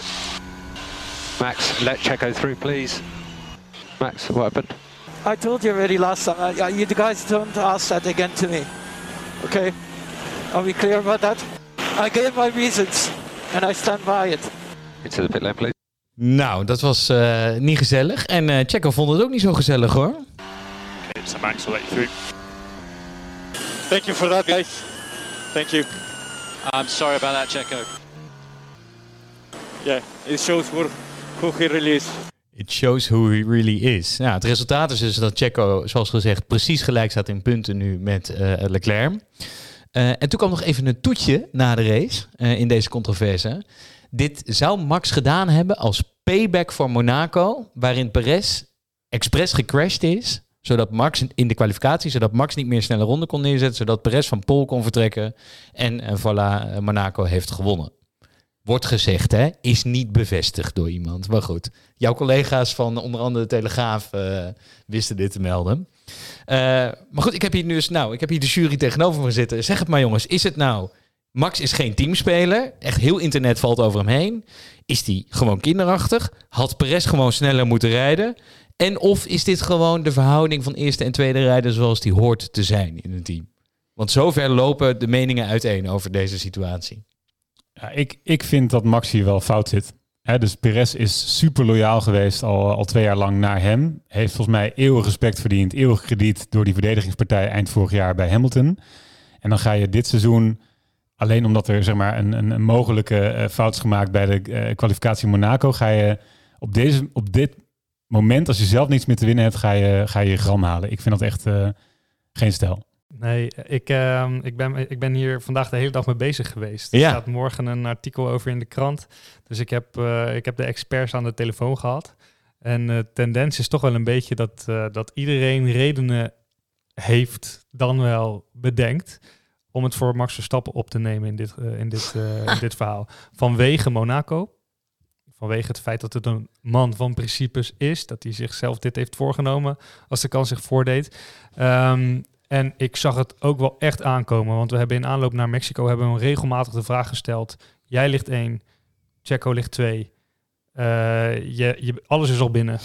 Max, let Checo through, please. Max, what happened? I told you already last time. Uh, you the guys don't ask that again to me. Okay? Are we clear about that? I gave my reasons and I stand by it. Into the pit lane, please. Nou, dat was uh, niet gezellig. En uh, Checo vond het ook niet zo gezellig, hoor. Okay, so Max will let you through. Thank you for that, guys. Thank you. I'm sorry about that, Checo. Yeah, it shows who, who he really is. It shows who he really is. Nou, het resultaat is dus dat Checo, zoals gezegd, precies gelijk staat in punten nu met uh, Leclerc. Uh, en toen kwam nog even een toetje na de race uh, in deze controverse. Dit zou Max gedaan hebben als payback voor Monaco, waarin Perez expres gecrashed is, zodat Max in de kwalificatie, zodat Max niet meer snelle ronde kon neerzetten, zodat Perez van pole kon vertrekken en uh, voilà, uh, Monaco heeft gewonnen. Wordt gezegd, hè? Is niet bevestigd door iemand. Maar goed, jouw collega's van onder andere de Telegraaf uh, wisten dit te melden. Uh, maar goed, ik heb hier dus, nou, ik heb hier de jury tegenover me zitten. Zeg het maar, jongens, is het nou? Max is geen teamspeler. Echt heel internet valt over hem heen. Is die gewoon kinderachtig? Had Perez gewoon sneller moeten rijden? En of is dit gewoon de verhouding van eerste en tweede rijder zoals die hoort te zijn in een team? Want zover lopen de meningen uiteen over deze situatie. Ja, ik, ik vind dat Max hier wel fout zit. He, dus Perez is super loyaal geweest al, al twee jaar lang naar hem. Heeft volgens mij eeuwig respect verdiend, eeuwig krediet door die verdedigingspartij eind vorig jaar bij Hamilton. En dan ga je dit seizoen, alleen omdat er zeg maar, een, een, een mogelijke uh, fout is gemaakt bij de uh, kwalificatie Monaco, ga je op, deze, op dit moment, als je zelf niets meer te winnen hebt, ga je ga je gram halen. Ik vind dat echt uh, geen stijl. Nee, ik, uh, ik, ben, ik ben hier vandaag de hele dag mee bezig geweest. Ja. Er staat morgen een artikel over in de krant. Dus ik heb, uh, ik heb de experts aan de telefoon gehad. En de uh, tendens is toch wel een beetje dat, uh, dat iedereen redenen heeft, dan wel bedenkt, om het voor Max Verstappen op te nemen in dit, uh, in dit, uh, in dit verhaal. Vanwege Monaco. Vanwege het feit dat het een man van principes is. Dat hij zichzelf dit heeft voorgenomen als de kans zich voordeed. Um, En ik zag het ook wel echt aankomen. Want we hebben in aanloop naar Mexico hebben we hem regelmatig de vraag gesteld. Jij ligt één, Checo ligt twee. Uh, je, je, alles is al binnen.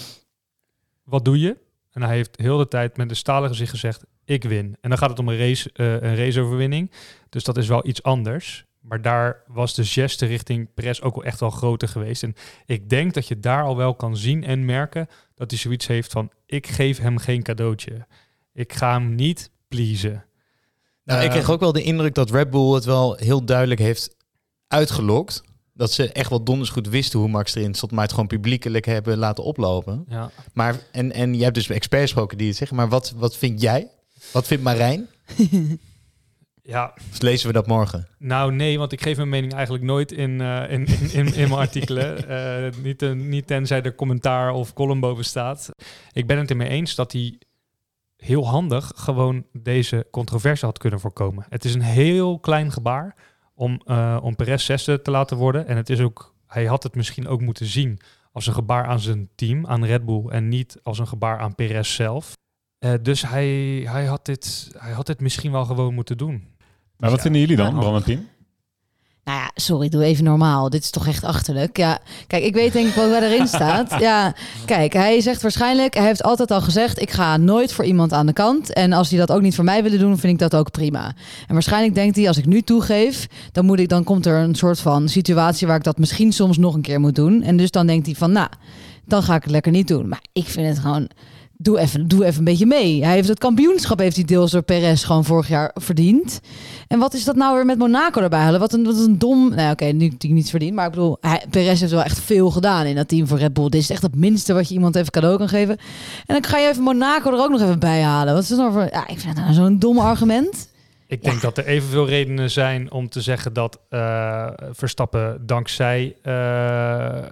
Wat doe je? En hij heeft heel de tijd met een stalen gezicht gezegd, ik win. En dan gaat het om een, race, uh, een raceoverwinning. Dus dat is wel iets anders. Maar daar was de geste richting Perez ook wel echt wel groter geweest. En ik denk dat je daar al wel kan zien en merken dat hij zoiets heeft van, ik geef hem geen cadeautje. Ik ga hem niet pleasen. Nou, uh, ik kreeg ook wel de indruk dat Red Bull het wel heel duidelijk heeft uitgelokt. dat ze echt wel donders goed wisten hoe Max erin stond, maar het gewoon publiekelijk hebben laten oplopen. Ja. Maar, en, en je hebt dus experts gesproken die het zeggen, maar wat, wat vind jij? Wat vindt Marijn? Ja. Dus lezen we dat morgen? Nou nee, want ik geef mijn mening eigenlijk nooit in, uh, in, in, in, in mijn artikelen. Uh, niet, uh, niet tenzij er commentaar of column boven staat. Ik ben het ermee eens dat hij heel handig gewoon deze controverse had kunnen voorkomen. Het is een heel klein gebaar om, uh, om Perez zesde te laten worden. En het is ook, hij had het misschien ook moeten zien als een gebaar aan zijn team, aan Red Bull, en niet als een gebaar aan Perez zelf. Uh, dus hij, hij, had dit, hij had dit misschien wel gewoon moeten doen. Maar wat ja. vinden jullie dan, Bram en Pien? Nou ja, sorry, doe even normaal. Dit is toch echt achterlijk. Ja, kijk, ik weet denk ik wel waar erin staat. Ja, kijk, hij zegt waarschijnlijk, hij heeft altijd al gezegd, ik ga nooit voor iemand aan de kant. En als hij dat ook niet voor mij willen doen, vind ik dat ook prima. En waarschijnlijk denkt hij, als ik nu toegeef, dan moet ik, dan komt er een soort van situatie waar ik dat misschien soms nog een keer moet doen. En dus dan denkt hij van, nou, dan ga ik het lekker niet doen. Maar ik vind het gewoon, doe even, doe even een beetje mee. Hij heeft het kampioenschap, heeft hij deels door Perez gewoon vorig jaar verdiend. En wat is dat nou weer met Monaco erbij halen? Wat een, wat een dom... Nou oké, okay, nu heb ik niets verdiend. Maar ik bedoel, hij, Perez heeft wel echt veel gedaan in dat team voor Red Bull. Dit is echt het minste wat je iemand even cadeau kan geven. En dan ga je even Monaco er ook nog even bij halen. Wat is dat nou voor... Ja, ik vind dat nou zo'n dom argument. Ik denk ja. dat er evenveel redenen zijn om te zeggen dat uh, Verstappen dankzij uh, uh,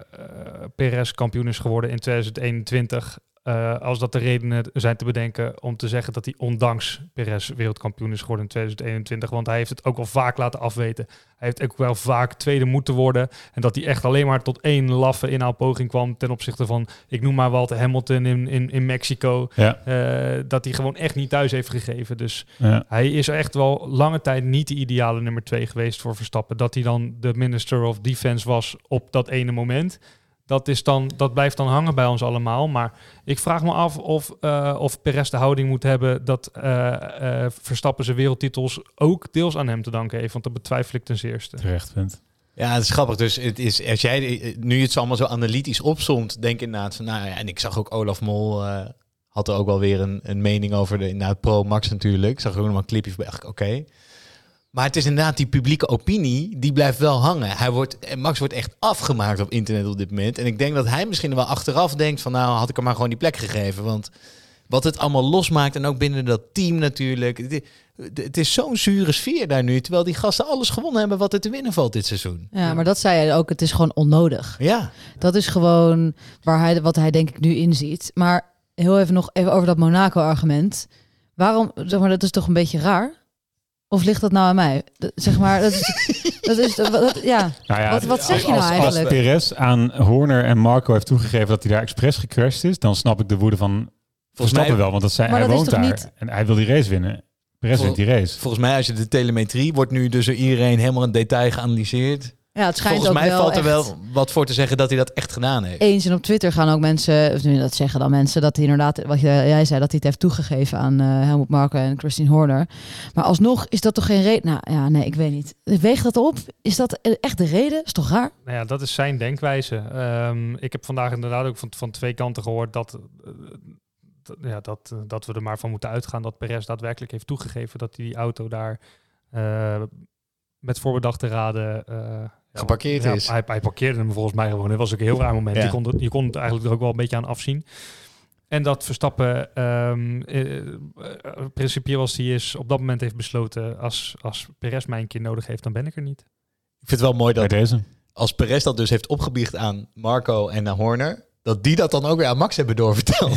Perez kampioen is geworden in tweeduizend eenentwintig... Uh, als dat de redenen zijn te bedenken om te zeggen dat hij ondanks Perez wereldkampioen is geworden in tweeduizend eenentwintig. Want hij heeft het ook wel vaak laten afweten. Hij heeft ook wel vaak tweede moeten worden. En dat hij echt alleen maar tot één laffe inhaalpoging kwam ten opzichte van, ik noem maar wat, Hamilton in, in, in Mexico. Ja. Uh, dat hij gewoon echt niet thuis heeft gegeven. Dus ja. hij is er echt wel lange tijd niet de ideale nummer twee geweest voor Verstappen. Dat hij dan de Minister of Defense was op dat ene moment. Dat, is dan, dat blijft dan hangen bij ons allemaal. Maar ik vraag me af of, uh, of Perez de houding moet hebben dat uh, uh, Verstappen zijn wereldtitels ook deels aan hem te danken heeft. Want dat betwijfel ik ten zeerste. Terecht vindt. Ja, het is grappig. Dus het is, als jij nu het zo allemaal zo analytisch opzomt, denk ik inderdaad van, nou ja, en ik zag ook Olaf Mol uh, had er ook wel weer een, een mening over de inderdaad pro Max natuurlijk. Ik zag ook nog maar een clipje van, oké. Okay. Maar het is inderdaad die publieke opinie, die blijft wel hangen. Hij wordt, Max wordt echt afgemaakt op internet op dit moment. En ik denk dat hij misschien wel achteraf denkt van, nou had ik hem maar gewoon die plek gegeven. Want wat het allemaal losmaakt en ook binnen dat team natuurlijk. Het, het is zo'n zure sfeer daar nu, terwijl die gasten alles gewonnen hebben wat er te winnen valt dit seizoen. Ja, maar dat zei hij ook, het is gewoon onnodig. Ja. Dat is gewoon waar hij, wat hij denk ik nu inziet. Maar heel even nog even over dat Monaco-argument. Waarom, zeg maar, dat is toch een beetje raar? Of ligt dat nou aan mij? Dat, zeg maar, dat is, dat is dat, ja. Nou ja, wat, wat zeg je als, nou eigenlijk? Als Perez aan Horner en Marco heeft toegegeven dat hij daar expres gecrashed is, dan snap ik de woede van Verstappen wel, want dat zei, hij dat woont daar niet... en hij wil die race winnen. Perez wint die race. Volgens mij, als je de telemetrie wordt nu dus door iedereen helemaal in detail geanalyseerd. Ja, het schijnt Volgens ook mij wel valt er echt... wel wat voor te zeggen dat hij dat echt gedaan heeft. Eens en op Twitter gaan ook mensen, of dat zeggen dan mensen, dat hij inderdaad, wat jij zei, dat hij het heeft toegegeven aan uh, Helmut Marko en Christine Horner. Maar alsnog is dat toch geen reden? Nou ja, nee, ik weet niet. Weegt dat op? Is dat echt de reden? Is toch raar? Nou ja, dat is zijn denkwijze. Um, ik heb vandaag inderdaad ook van, van twee kanten gehoord dat, uh, dat, ja, dat, uh, dat we er maar van moeten uitgaan dat Perez daadwerkelijk heeft toegegeven dat hij die auto daar uh, met voorbedachte raden uh, geparkeerd ja, is. Hij, hij parkeerde hem volgens mij gewoon. Dat was ook een heel raar moment. Ja. Je, kon het, je kon het eigenlijk er ook wel een beetje aan afzien. En dat Verstappen, um, uh, uh, principieel als hij is, op dat moment heeft besloten, als, als Perez mij een keer nodig heeft, dan ben ik er niet. Ik vind het wel mooi dat Bij deze. als Perez dat dus heeft opgebiecht aan Marco en aan Horner, dat die dat dan ook weer aan Max hebben doorverteld.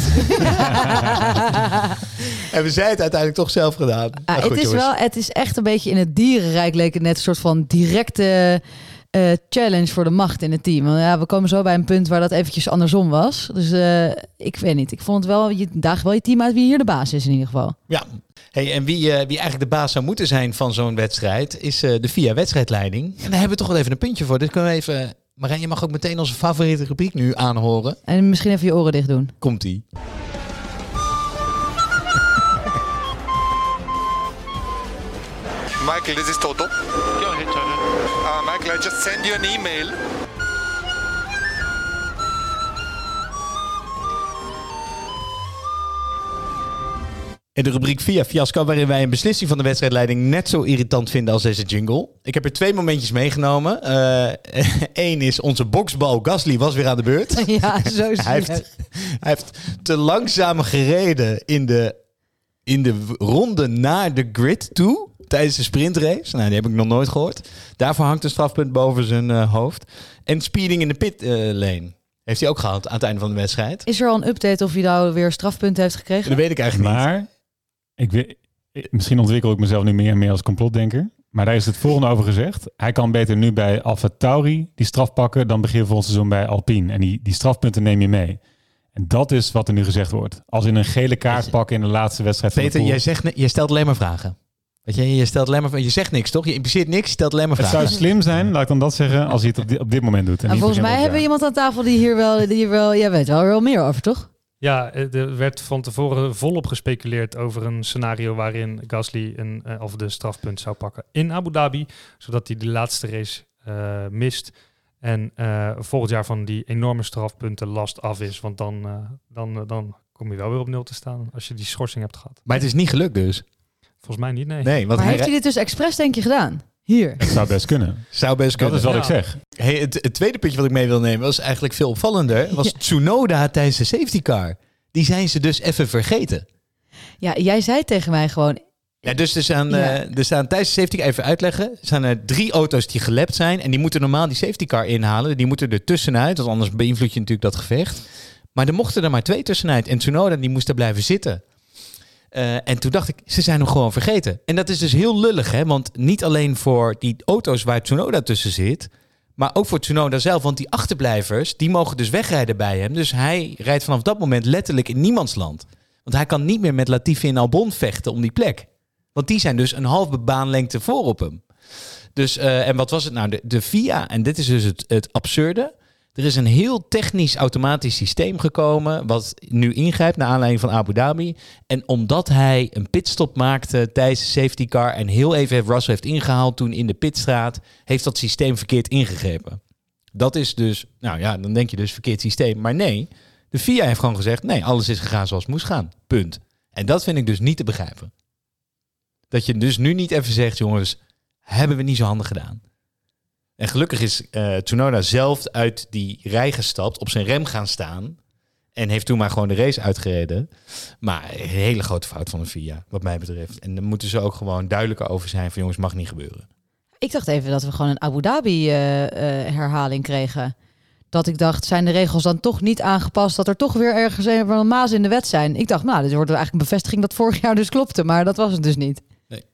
Hebben zij het uiteindelijk toch zelf gedaan? Ah, nou, goed, het, is wel, het is echt een beetje in het dierenrijk, leek het net een soort van directe uh, challenge voor de macht in het team. Want ja, we komen zo bij een punt waar dat eventjes andersom was. Dus uh, ik weet niet. Ik vond het wel, je daagt wel je team uit wie hier de baas is in ieder geval. Ja. Hey, en wie, uh, wie eigenlijk de baas zou moeten zijn van zo'n wedstrijd, is uh, de V I A-wedstrijdleiding. En daar hebben we toch wel even een puntje voor. Dus kunnen we even... Marijn, je mag ook meteen onze favoriete rubriek nu aanhoren. En misschien even je oren dicht doen. Komt-ie. Michael, this is Toto. Go ahead, Toto. Uh, Michael, I just send you an email. En de rubriek Via Fiasco, waarin wij een beslissing van de wedstrijdleiding net zo irritant vinden als deze jingle. Ik heb er twee momentjes meegenomen. Eén uh, is onze boksbal Gasly was weer aan de beurt. Ja, zo zie hij, heeft, hij heeft te langzaam gereden in de, in de ronde naar de grid toe tijdens de sprintrace. Nou, die heb ik nog nooit gehoord. Daarvoor hangt een strafpunt boven zijn uh, hoofd. En speeding in de pit uh, lane. Heeft hij ook gehad aan het einde van de wedstrijd. Is er al een update of hij nou weer strafpunten heeft gekregen? Dat weet ik eigenlijk maar, niet. Ik weet, misschien ontwikkel ik mezelf nu meer en meer als complotdenker. Maar daar is het volgende over gezegd. Hij kan beter nu bij AlphaTauri die straf pakken dan begin volgend seizoen bij Alpine. En die, die strafpunten neem je mee. En dat is wat er nu gezegd wordt. Als in een gele kaart pakken in de laatste wedstrijd van Peter, de pool. jij, zegt, jij stelt alleen maar vragen. Weet je, je, stelt alleen maar, je zegt niks, toch? Je impliceert niks, je stelt alleen maar Het vragen. zou slim zijn, laat ik dan dat zeggen, als hij het op dit, op dit moment doet. En En niet volgens mij begin hebben we volgend iemand aan tafel die hier wel... Die hier wel jij weet wel, wel meer over, toch? Ja, er werd van tevoren volop gespeculeerd over een scenario waarin Gasly een, uh, of de strafpunt zou pakken in Abu Dhabi, zodat hij de laatste race uh, mist en uh, volgend jaar van die enorme strafpunten last af is. Want dan, uh, dan, uh, dan kom je wel weer op nul te staan als je die schorsing hebt gehad. Maar het is niet gelukt dus. Volgens mij niet, nee. nee want maar hij heeft hij dit dus expres, denk je, gedaan? Hier. Het zou best kunnen. Zou best kunnen. Dat is wat Ja. ik zeg. Hey, het, het tweede puntje wat ik mee wil nemen was eigenlijk veel opvallender. Was ja. Tsunoda tijdens de safety car. Die zijn ze dus even vergeten. Ja, jij zei tegen mij gewoon... Ja, dus er staan, Ja. uh, er staan tijdens de safety car, even uitleggen, er staan er drie auto's die gelapt zijn en die moeten normaal die safety car inhalen. Die moeten er tussenuit, want anders beïnvloed je natuurlijk dat gevecht. Maar er mochten er maar twee tussenuit en Tsunoda die moest er blijven zitten. Uh, en toen dacht ik, ze zijn hem gewoon vergeten. En dat is dus heel lullig, hè? Want niet alleen voor die auto's waar Tsunoda tussen zit, maar ook voor Tsunoda zelf. Want die achterblijvers, die mogen dus wegrijden bij hem. Dus hij rijdt vanaf dat moment letterlijk in niemandsland. Want hij kan niet meer met Latifi en Albon vechten om die plek. Want die zijn dus een halve baanlengte voor op hem. Dus, uh, en wat was het nou? De, de V I A, en dit is dus het, het absurde. Er is een heel technisch automatisch systeem gekomen wat nu ingrijpt naar aanleiding van Abu Dhabi. En omdat hij een pitstop maakte tijdens de safety car en heel even heeft Russell heeft ingehaald toen in de pitstraat, heeft dat systeem verkeerd ingegrepen. Dat is dus, nou ja, dan denk je dus verkeerd systeem. Maar nee, de V I A heeft gewoon gezegd, nee, alles is gegaan zoals het moest gaan. Punt. En dat vind ik dus niet te begrijpen. Dat je dus nu niet even zegt, jongens, hebben we niet zo handig gedaan. En gelukkig is uh, Tsunoda zelf uit die rij gestapt, op zijn rem gaan staan en heeft toen maar gewoon de race uitgereden. Maar een hele grote fout van de V I A, wat mij betreft. En daar moeten ze ook gewoon duidelijker over zijn van jongens, mag niet gebeuren. Ik dacht even dat we gewoon een Abu Dhabi uh, uh, herhaling kregen. Dat ik dacht, zijn de regels dan toch niet aangepast, dat er toch weer ergens een maas in de wet zijn? Ik dacht, nou, dit wordt eigenlijk een bevestiging dat vorig jaar dus klopte, maar dat was het dus niet.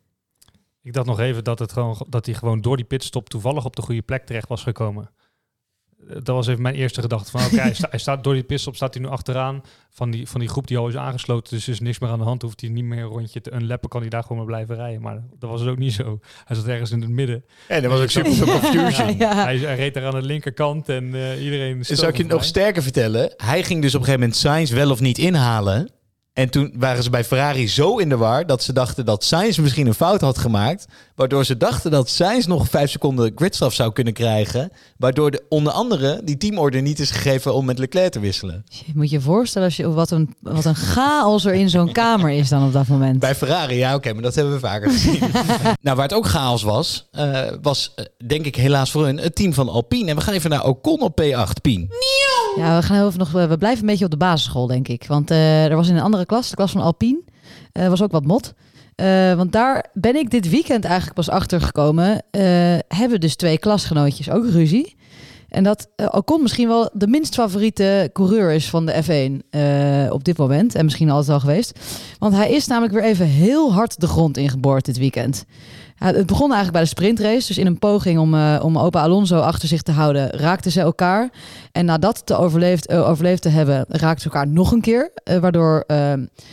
Ik dacht nog even dat, het gewoon, dat hij gewoon door die pitstop toevallig op de goede plek terecht was gekomen. Dat was even mijn eerste gedachte. Van, okay, hij, sta, hij staat door die pitstop, staat hij nu achteraan van die, van die groep die al is aangesloten. Dus er is niks meer aan de hand. Hoeft hij niet meer een rondje te unlappen, kan hij daar gewoon maar blijven rijden. Maar dat was het ook niet zo. Hij zat ergens in het midden. En dat was ook super veel confusion. Ja, ja. Hij, hij reed daar aan de linkerkant en uh, iedereen... Dus zou ik je nog sterker vertellen? Hij ging dus op een gegeven moment Sainz wel of niet inhalen. En toen waren ze bij Ferrari zo in de war dat ze dachten dat Sainz misschien een fout had gemaakt. Waardoor ze dachten dat Sainz nog vijf seconden gridstraf zou kunnen krijgen. Waardoor de, onder andere die teamorder niet is gegeven om met Leclerc te wisselen. Je moet je voorstellen als je, wat, een, wat een chaos er in zo'n kamer is dan op dat moment. Bij Ferrari, ja oké, okay, maar dat hebben we vaker gezien. Nou, waar het ook chaos was, uh, was uh, denk ik helaas voor hun het team van Alpine. En we gaan even naar Ocon op P acht, Pien. Ja, we gaan even nog. We blijven een beetje op de basisschool, denk ik. Want uh, er was in een andere klas, de klas van Alpine, uh, was ook wat mot. Uh, want daar ben ik dit weekend eigenlijk pas achter gekomen. Uh, hebben dus twee klasgenootjes ook ruzie. En dat uh, Ocon misschien wel de minst favoriete coureur is van de F één uh, op dit moment. En misschien altijd al geweest. Want hij is namelijk weer even heel hard de grond ingeboord dit weekend. Ja, het begon eigenlijk bij de sprintrace. Dus in een poging om, uh, om opa Alonso achter zich te houden, raakten ze elkaar. En nadat te overleefd, uh, overleefd te hebben, raakten ze elkaar nog een keer. Uh, waardoor uh,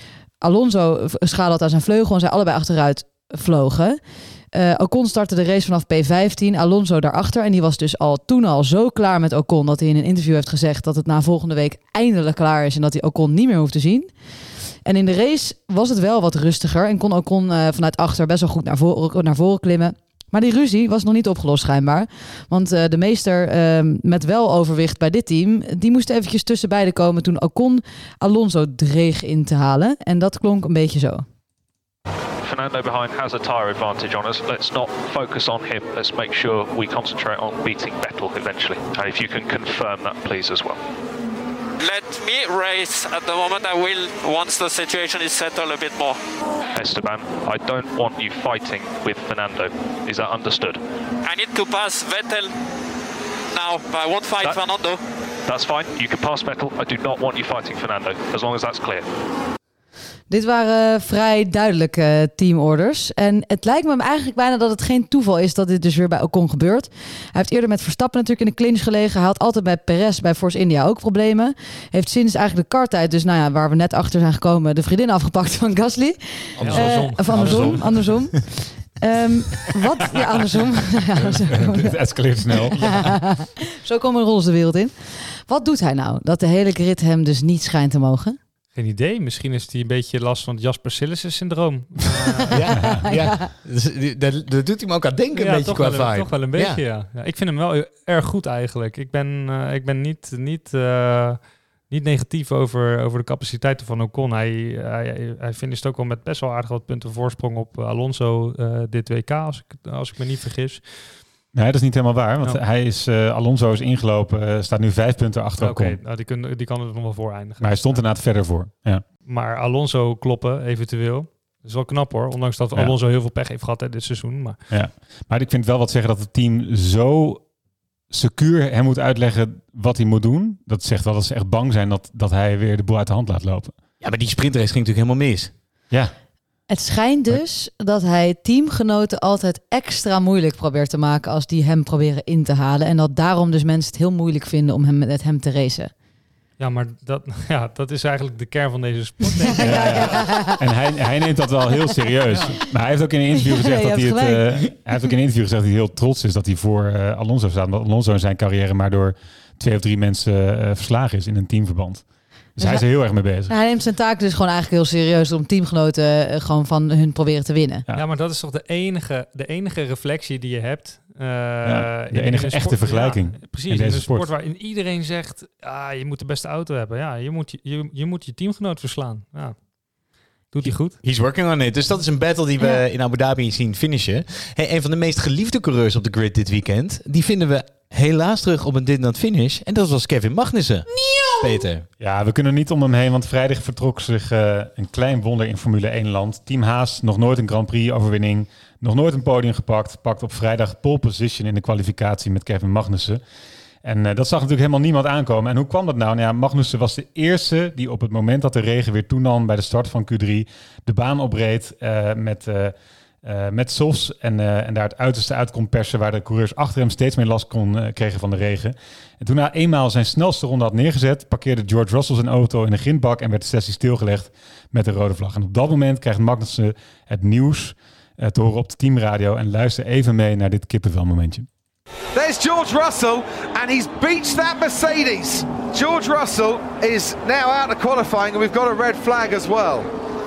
Alonso schade had aan zijn vleugel en zij allebei achteruit vlogen. Uh, Ocon startte de race vanaf P vijftien, Alonso daarachter. En die was dus al toen al zo klaar met Ocon dat hij in een interview heeft gezegd dat het na volgende week eindelijk klaar is en dat hij Ocon niet meer hoeft te zien. En in de race was het wel wat rustiger en kon Ocon uh, vanuit achter best wel goed naar voren, naar voren klimmen. Maar die ruzie was nog niet opgelost schijnbaar. Want uh, de meester uh, met wel overwicht bij dit team, die moest eventjes tussen beiden komen toen Ocon Alonso dreeg in te halen. En dat klonk een beetje zo. Fernando behind has a tyre advantage on us. Let's not focus on him. Let's make sure we concentrate on beating Vettel eventually. And if you can confirm that, please, as well. Let me race at the moment. I will once the situation is settled a bit more. Esteban, I don't want you fighting with Fernando. Is that understood? I need to pass Vettel now, but I won't fight That- Fernando. That's fine. You can pass Vettel. I do not want you fighting Fernando, as long as that's clear. Dit waren vrij duidelijke teamorders. En het lijkt me eigenlijk bijna dat het geen toeval is dat dit dus weer bij Ocon gebeurt. Hij heeft eerder met Verstappen natuurlijk in de clinch gelegen. Hij had altijd bij Perez, bij Force India ook problemen. Heeft sinds eigenlijk de karttijd, dus nou ja, waar we net achter zijn gekomen, de vriendin afgepakt van Gasly. Andersom. Uh, of andersom. andersom. Um, wat? Ja, andersom. Het escaleert snel. Zo komen de rollers de wereld in. Wat doet hij nou dat de hele grid hem dus niet schijnt te mogen? Geen idee. Misschien is hij een beetje last van het Jasper Sillissen syndroom. ja, ja. Dus, dat, dat doet hij me ook aan denken, ja, een beetje toch qua wel, vibe. Toch wel een beetje, ja. ja. ja. Ik vind hem wel erg goed eigenlijk. Ik ben, uh, ik ben niet, niet, uh, niet negatief over, over de capaciteiten van Ocon. Hij, hij, hij finisht ook wel met best wel aardig wat punten voorsprong op Alonso uh, dit W K, als ik, als ik me niet vergis. Nee, dat is niet helemaal waar. Want ja. hij is, uh, Alonso is ingelopen, uh, staat nu vijf punten achter Ocon. Oké, nou, die, kun, die kan er nog wel voor eindigen. Maar hij stond inderdaad verder voor. Ja. Maar Alonso kloppen, eventueel. Dat is wel knap hoor. Ondanks dat Ja. Alonso heel veel pech heeft gehad hè, dit seizoen. Maar... Ja. maar ik vind wel wat zeggen dat het team zo secuur hem moet uitleggen wat hij moet doen. Dat zegt wel dat ze echt bang zijn dat, dat hij weer de boel uit de hand laat lopen. Ja, maar die sprintrace ging natuurlijk helemaal mis. Ja. Het schijnt dus dat hij teamgenoten altijd extra moeilijk probeert te maken als die hem proberen in te halen. En dat daarom dus mensen het heel moeilijk vinden om hem met hem te racen. Ja, maar dat, ja, dat is eigenlijk de kern van deze sport. Denk ik. Ja, ja. En hij, hij neemt dat wel heel serieus. Maar hij heeft ook in een interview gezegd Ja, dat je hij hebt het. Uh, gelijk. hij heeft ook in een interview gezegd dat hij heel trots is dat hij voor uh, Alonso staat. Omdat Alonso in zijn carrière maar door twee of drie mensen uh, verslagen is in een teamverband. Dus hij is er heel erg mee bezig. Hij neemt zijn taak dus gewoon eigenlijk heel serieus om teamgenoten uh, gewoon van hun proberen te winnen. Ja. ja, maar dat is toch de enige, de enige reflectie die je hebt. Uh, Ja, de in, enige in echte sport, vergelijking Ja, precies, in in, deze een sport. sport. Waarin iedereen zegt, ah, je moet de beste auto hebben. Ja, je moet je, je, je, moet je teamgenoot verslaan. Ja. Doet hij goed. He's working on it. Dus dat is een battle die we Ja. in Abu Dhabi zien finishen. Hey, een van de meest geliefde coureurs op de grid dit weekend, die vinden we helaas terug op een did not finish. En dat was Kevin Magnussen. Peter. Ja, we kunnen niet om hem heen, want vrijdag vertrok zich uh, een klein wonder in Formule één land. Team Haas, nog nooit een Grand Prix overwinning, nog nooit een podium gepakt. Pakt op vrijdag pole position in de kwalificatie met Kevin Magnussen. En uh, dat zag natuurlijk helemaal niemand aankomen. En hoe kwam dat nou? Nou ja, Magnussen was de eerste die op het moment dat de regen weer toenam bij de start van Q drie de baan opreed uh, met... Uh, Uh, met softs en, uh, en daar het uiterste uit kon persen, waar de coureurs achter hem steeds meer last kon, uh, kregen van de regen. En toen hij eenmaal zijn snelste ronde had neergezet, parkeerde George Russell zijn auto in een grindbak en werd de sessie stilgelegd met de rode vlag. En op dat moment krijgt Magnussen het nieuws uh, te horen op de teamradio en luister even mee naar dit kippenvelmomentje. There's George Russell, and he's beached that Mercedes. George Russell is now out of qualifying, and we've got a red flag as well.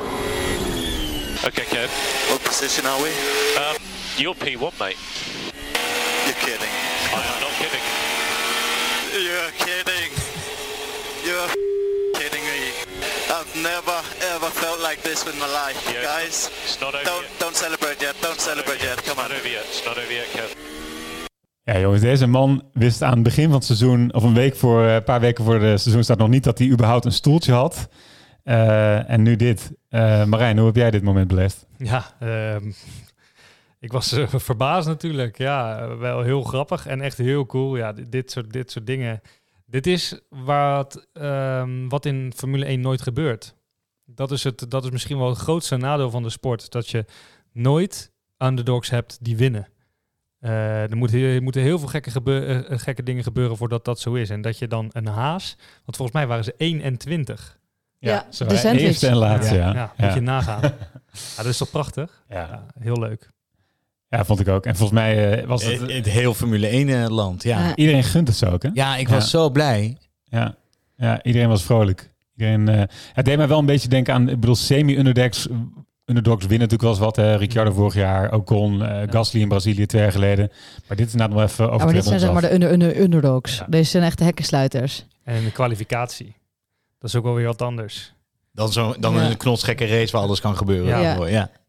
Okay, Kev. What position are we? Um, you're P one, mate. You're kidding. I am not kidding. You're kidding. You're kidding me. I've never ever felt like this in my life, Yeah, guys. It's not over Don't yet. don't celebrate yet. Don't celebrate yet. Come It's on. not over yet. It's not over yet, Kev. Ja, jongens, deze man wist aan het begin van het seizoen, of een week voor, een paar weken voor de seizoenstart, nog niet dat hij überhaupt een stoeltje had. Uh, en nu dit. Uh, Marijn, hoe heb jij dit moment beleefd? Ja, uh, ik was uh, verbaasd natuurlijk. Ja, uh, wel heel grappig en echt heel cool. Ja, dit, dit, soort, dit soort dingen. Dit is wat, um, wat in Formule één nooit gebeurt. Dat is, het, dat is misschien wel het grootste nadeel van de sport. Dat je nooit underdogs hebt die winnen. Uh, er, moet, er moeten heel veel gekke, gebeur, uh, gekke dingen gebeuren voordat dat zo is. En dat je dan een Haas... Want volgens mij waren ze één en twintig. Ja, ja zo de sandwich. Eerste en laatste, ja. Ja, ja. moet ja. je nagaan. Ja, dat is toch prachtig? Ja. Ja, heel leuk. Ja, vond ik ook. En volgens mij uh, was het... Het, het heel Formule één land, ja. Ja. Iedereen gunt het zo ook, hè? Ja, ik was Ja. zo blij. Ja. ja, iedereen was vrolijk. Iedereen, uh, het deed mij wel een beetje denken aan... Ik bedoel, semi-underdogs... Underdogs winnen natuurlijk wel eens wat. Hè? Ricciardo vorig jaar, Ocon, uh, Gasly in Brazilië twee jaar geleden. Maar dit is nou nog even over. Ja, maar dit zijn zeg maar de under, under, underdogs. Ja. Deze zijn echt de hekkensluiters. En de kwalificatie. Dat is ook wel weer wat anders. Dan, zo, dan Ja. een knotsgekke race waar alles kan gebeuren. Ja. Ja. Ja. Ja,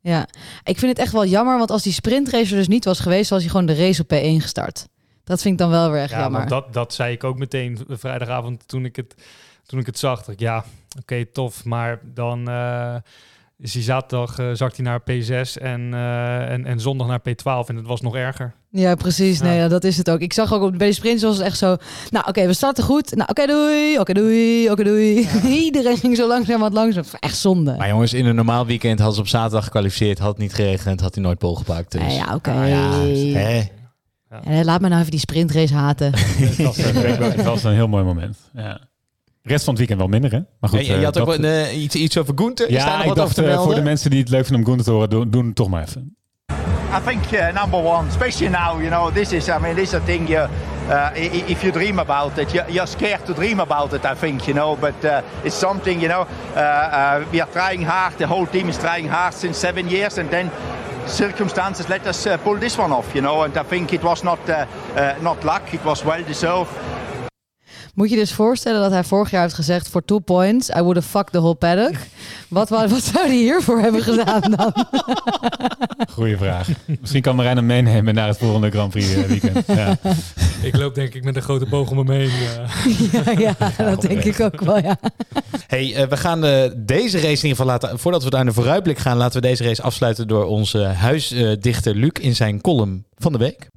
Ja, ik vind het echt wel jammer, want als die sprintrace er dus niet was geweest, was hij gewoon de race op P één gestart. Dat vind ik dan wel weer echt ja, jammer. Want dat, dat zei ik ook meteen vrijdagavond toen ik het, toen ik het zag. Dat ik, ja, oké, okay, tof, maar dan uh, is hij zaterdag uh, zakt hij naar P zes en, uh, en, en zondag naar P twaalf en het was nog erger. Ja, precies. Nee, ja, dat is het ook. Ik zag ook op, bij de sprints was het echt zo... Nou, oké, okay, we starten goed. Nou, oké, okay, doei. Oké, okay, doei. Oké, okay, doei. Ja. Iedereen ging zo langzaam wat langzaam. Echt zonde. Maar jongens, in een normaal weekend hadden ze op zaterdag gekwalificeerd. Had het niet geregend, had hij nooit pole gepakt. Dus. Ja, ja oké. Okay. Ah, ja, ja. Laat me nou even die sprintrace haten. het, was een, het was een heel mooi moment. Ja. De rest van het weekend wel minder, hè? Maar goed, hey, je had uh, ook dat... uh, iets, iets over Gunther. Ja, Is daar nog ik wat dacht, over te melden? Uh, voor de mensen die het leuk vinden om Gunther te horen, doen, doen het toch maar even. I think uh, number one, especially now, you know, this is, I mean, this is a thing you, uh, if you dream about it, you're scared to dream about it, I think, you know, but uh, it's something, you know, uh, uh, we are trying hard, the whole team is trying hard since seven years, and then circumstances let us uh, pull this one off, you know, and I think it was not, uh, uh, not luck, it was well deserved. Moet je dus voorstellen dat hij vorig jaar heeft gezegd... voor two points, I would have fucked the whole paddock. Wat, wat, wat zou hij hiervoor hebben gedaan dan? Goeie vraag. Misschien kan Marijn hem meenemen naar het volgende Grand Prix weekend. Ja. Ik loop denk ik met een grote boog om hem heen. Uh. ja, ja, ja, dat denk ik ook wel, ja. Hey, uh, we gaan uh, deze race in ieder geval laten... Voordat we daar naar de vooruitblik gaan... laten we deze race afsluiten door onze huisdichter Luc... in zijn column van de week.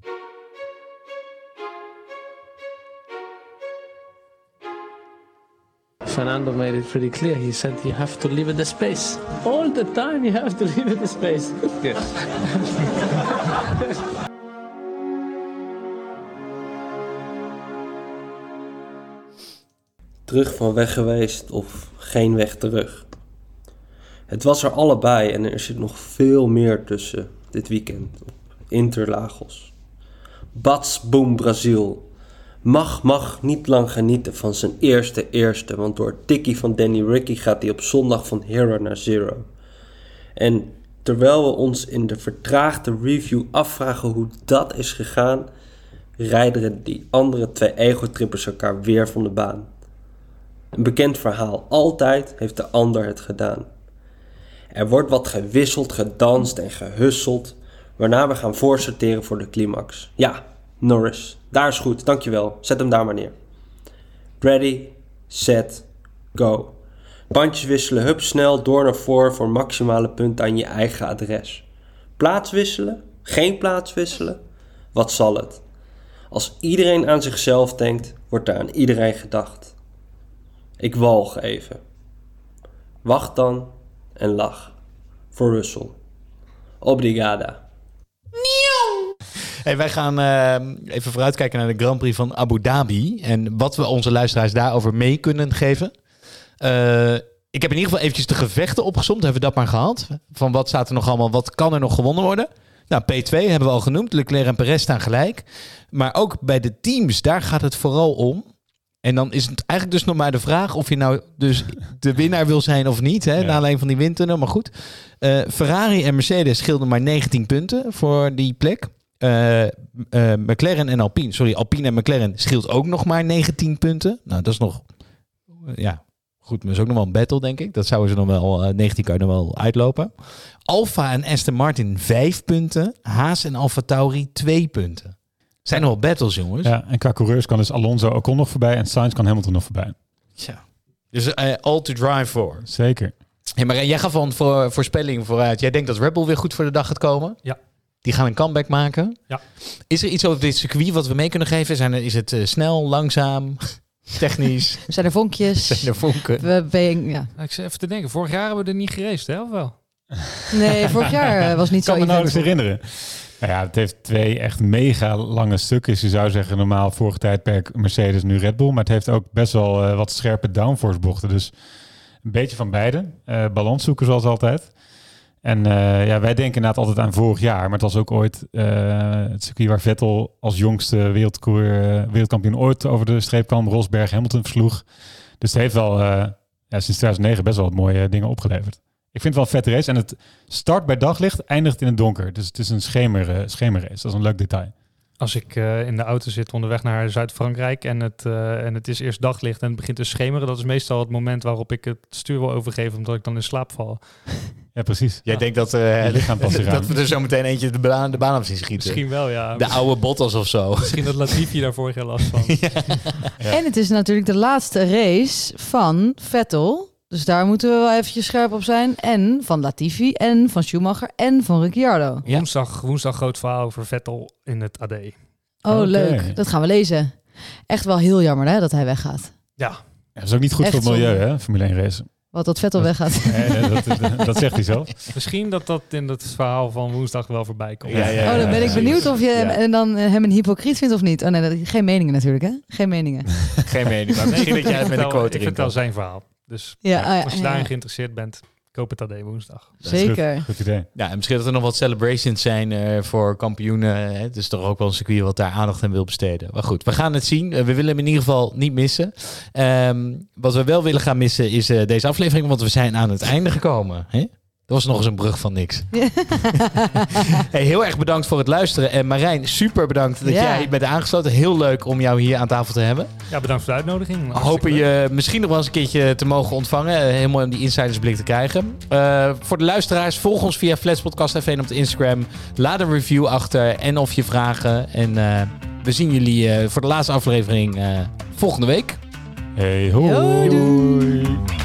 Fernando made it pretty clear. He said you have to leave it the space. All the time you have to leave it the space. Yes. Terug van weg geweest of geen weg terug. Het was er allebei en er zit nog veel meer tussen dit weekend op Interlagos. Bats boom Brazil. Mag, mag niet lang genieten van zijn eerste eerste, want door het tikkie van Danny Ricky gaat hij op zondag van hero naar zero. En terwijl we ons in de vertraagde review afvragen hoe dat is gegaan, rijden die andere twee ego-trippers elkaar weer van de baan. Een bekend verhaal, altijd heeft de ander het gedaan. Er wordt wat gewisseld, gedanst en gehusseld, waarna we gaan voorsorteren voor de climax. Ja, Norris, daar is goed, dankjewel. Zet hem daar maar neer. Ready, set, go. Bandjes wisselen, hup snel door naar voren voor maximale punten aan je eigen adres. Plaats wisselen? Geen plaats wisselen? Wat zal het? Als iedereen aan zichzelf denkt, wordt er aan iedereen gedacht. Ik walg even. Wacht dan en lach. Voor Russell. Obrigada. Hey, wij gaan uh, even vooruitkijken naar de Grand Prix van Abu Dhabi. En wat we onze luisteraars daarover mee kunnen geven. Uh, ik heb in ieder geval eventjes de gevechten opgesomd. Hebben we dat maar gehad. Van wat staat er nog allemaal, wat kan er nog gewonnen worden? Nou, P twee hebben we al genoemd. Leclerc en Perez staan gelijk. Maar ook bij de teams, daar gaat het vooral om. En dan is het eigenlijk dus nog maar de vraag of je nou dus de winnaar wil zijn of niet. Hè, ja. Na alleen van die windtunnel. Maar goed, uh, Ferrari en Mercedes scheelden maar negentien punten voor die plek. Uh, uh, McLaren en Alpine, sorry, Alpine en McLaren scheelt ook nog maar negentien punten. Nou, dat is nog, uh, ja, goed, maar dat is ook nog wel een battle, denk ik. Dat zouden ze nog wel, uh, negentien kan je nog wel uitlopen. Alfa en Aston Martin vijf punten. Haas en Alfa Tauri twee punten. Zijn nog wel battles, jongens. Ja, en qua coureurs kan dus Alonso Ocon nog voorbij en Sainz kan Hamilton nog voorbij. Ja. Dus uh, all to drive for. Zeker. Hey, maar jij gaf van voor, voorspelling vooruit. Jij denkt dat Red Bull weer goed voor de dag gaat komen? Ja. Die gaan een comeback maken. Ja. Is er iets over dit circuit wat we mee kunnen geven? Zijn er, is het uh, snel, langzaam, technisch? Zijn er vonkjes? Zijn er vonken? We ben, ja. Ik zit even te denken, vorig jaar hebben we er niet geraced, hè? Of wel? Nee, vorig jaar was niet zo. Ik kan me nou eens herinneren. Nou ja, het heeft twee echt mega lange stukken. Je zou zeggen normaal vorige tijdperk Mercedes, nu Red Bull. Maar het heeft ook best wel uh, wat scherpe downforce bochten. Dus een beetje van beide. Uh, balans zoeken zoals altijd. En uh, ja, wij denken inderdaad altijd aan vorig jaar. Maar het was ook ooit uh, het circuit waar Vettel als jongste wereldcoureur, uh, wereldkampioen ooit over de streep kwam. Rosberg, Hamilton versloeg. Dus het heeft wel uh, ja, sinds tweeduizend negen best wel wat mooie dingen opgeleverd. Ik vind het wel een vette race. En het start bij daglicht, eindigt in het donker. Dus het is een schemer, uh, schemerrace. Dat is een leuk detail. Als ik uh, in de auto zit onderweg naar Zuid-Frankrijk en het, uh, en het is eerst daglicht en het begint te schemeren, dat is meestal het moment waarop ik het stuur wil overgeven, omdat ik dan in slaap val. Ja, precies. Jij ja. denkt dat, uh, Je lichaam past zich aan. dat we er zo meteen eentje de baan, de baan op zien schieten. Misschien wel, ja. De oude Bottas of zo. Misschien dat Latifi daar vorig jaar last van. ja. Ja. En het is natuurlijk de laatste race van Vettel. Dus daar moeten we wel eventjes scherp op zijn. En van Latifi, en van Schumacher, en van Ricciardo. Ja. Woensdag, woensdag groot verhaal over Vettel in het A D. Oh, okay. leuk. Dat gaan we lezen. Echt wel heel jammer hè, dat hij weggaat. Ja. Ja, dat is ook niet goed Echt voor het milieu, zonde. hè? Formule één racen. Wat, dat Vettel dat, weggaat? Nee, nee, dat, dat, dat zegt hij zelf. Misschien dat dat in het verhaal van woensdag wel voorbij komt. Ja, ja, ja, oh, dan ben ik benieuwd of je ja. hem, en dan hem een hypocriet vindt of niet. Oh nee, dat, geen meningen natuurlijk, hè? Geen meningen. Geen mening, maar misschien dat jij het met een quote Ik erin vertel kan. zijn verhaal. Dus Ja, ja, ah, ja, als je ja, daarin ja. geïnteresseerd bent, koop het A D woensdag. Zeker. Goed, goed idee. Ja, en misschien dat er nog wat celebrations zijn uh, voor kampioenen. Hè? Het is toch ook wel een circuit wat daar aandacht aan wil besteden. Maar goed, we gaan het zien. Uh, we willen hem in ieder geval niet missen. Um, wat we wel willen gaan missen is uh, deze aflevering, want we zijn aan het einde gekomen. Hè? Dat was nog eens een brug van niks. Hey, heel erg bedankt voor het luisteren. En Marijn, super bedankt dat Ja. jij bent aangesloten. Heel leuk om jou hier aan tafel te hebben. Ja, bedankt voor de uitnodiging. Hopen je misschien nog wel eens een keertje te mogen ontvangen. Uh, helemaal om die insidersblik te krijgen. Uh, voor de luisteraars, volg ons via Flats Podcast F één op de Instagram. Laat een review achter en of je vragen. En uh, we zien jullie uh, voor de laatste aflevering uh, volgende week. Hey, hoi. Yo, doei. Doei.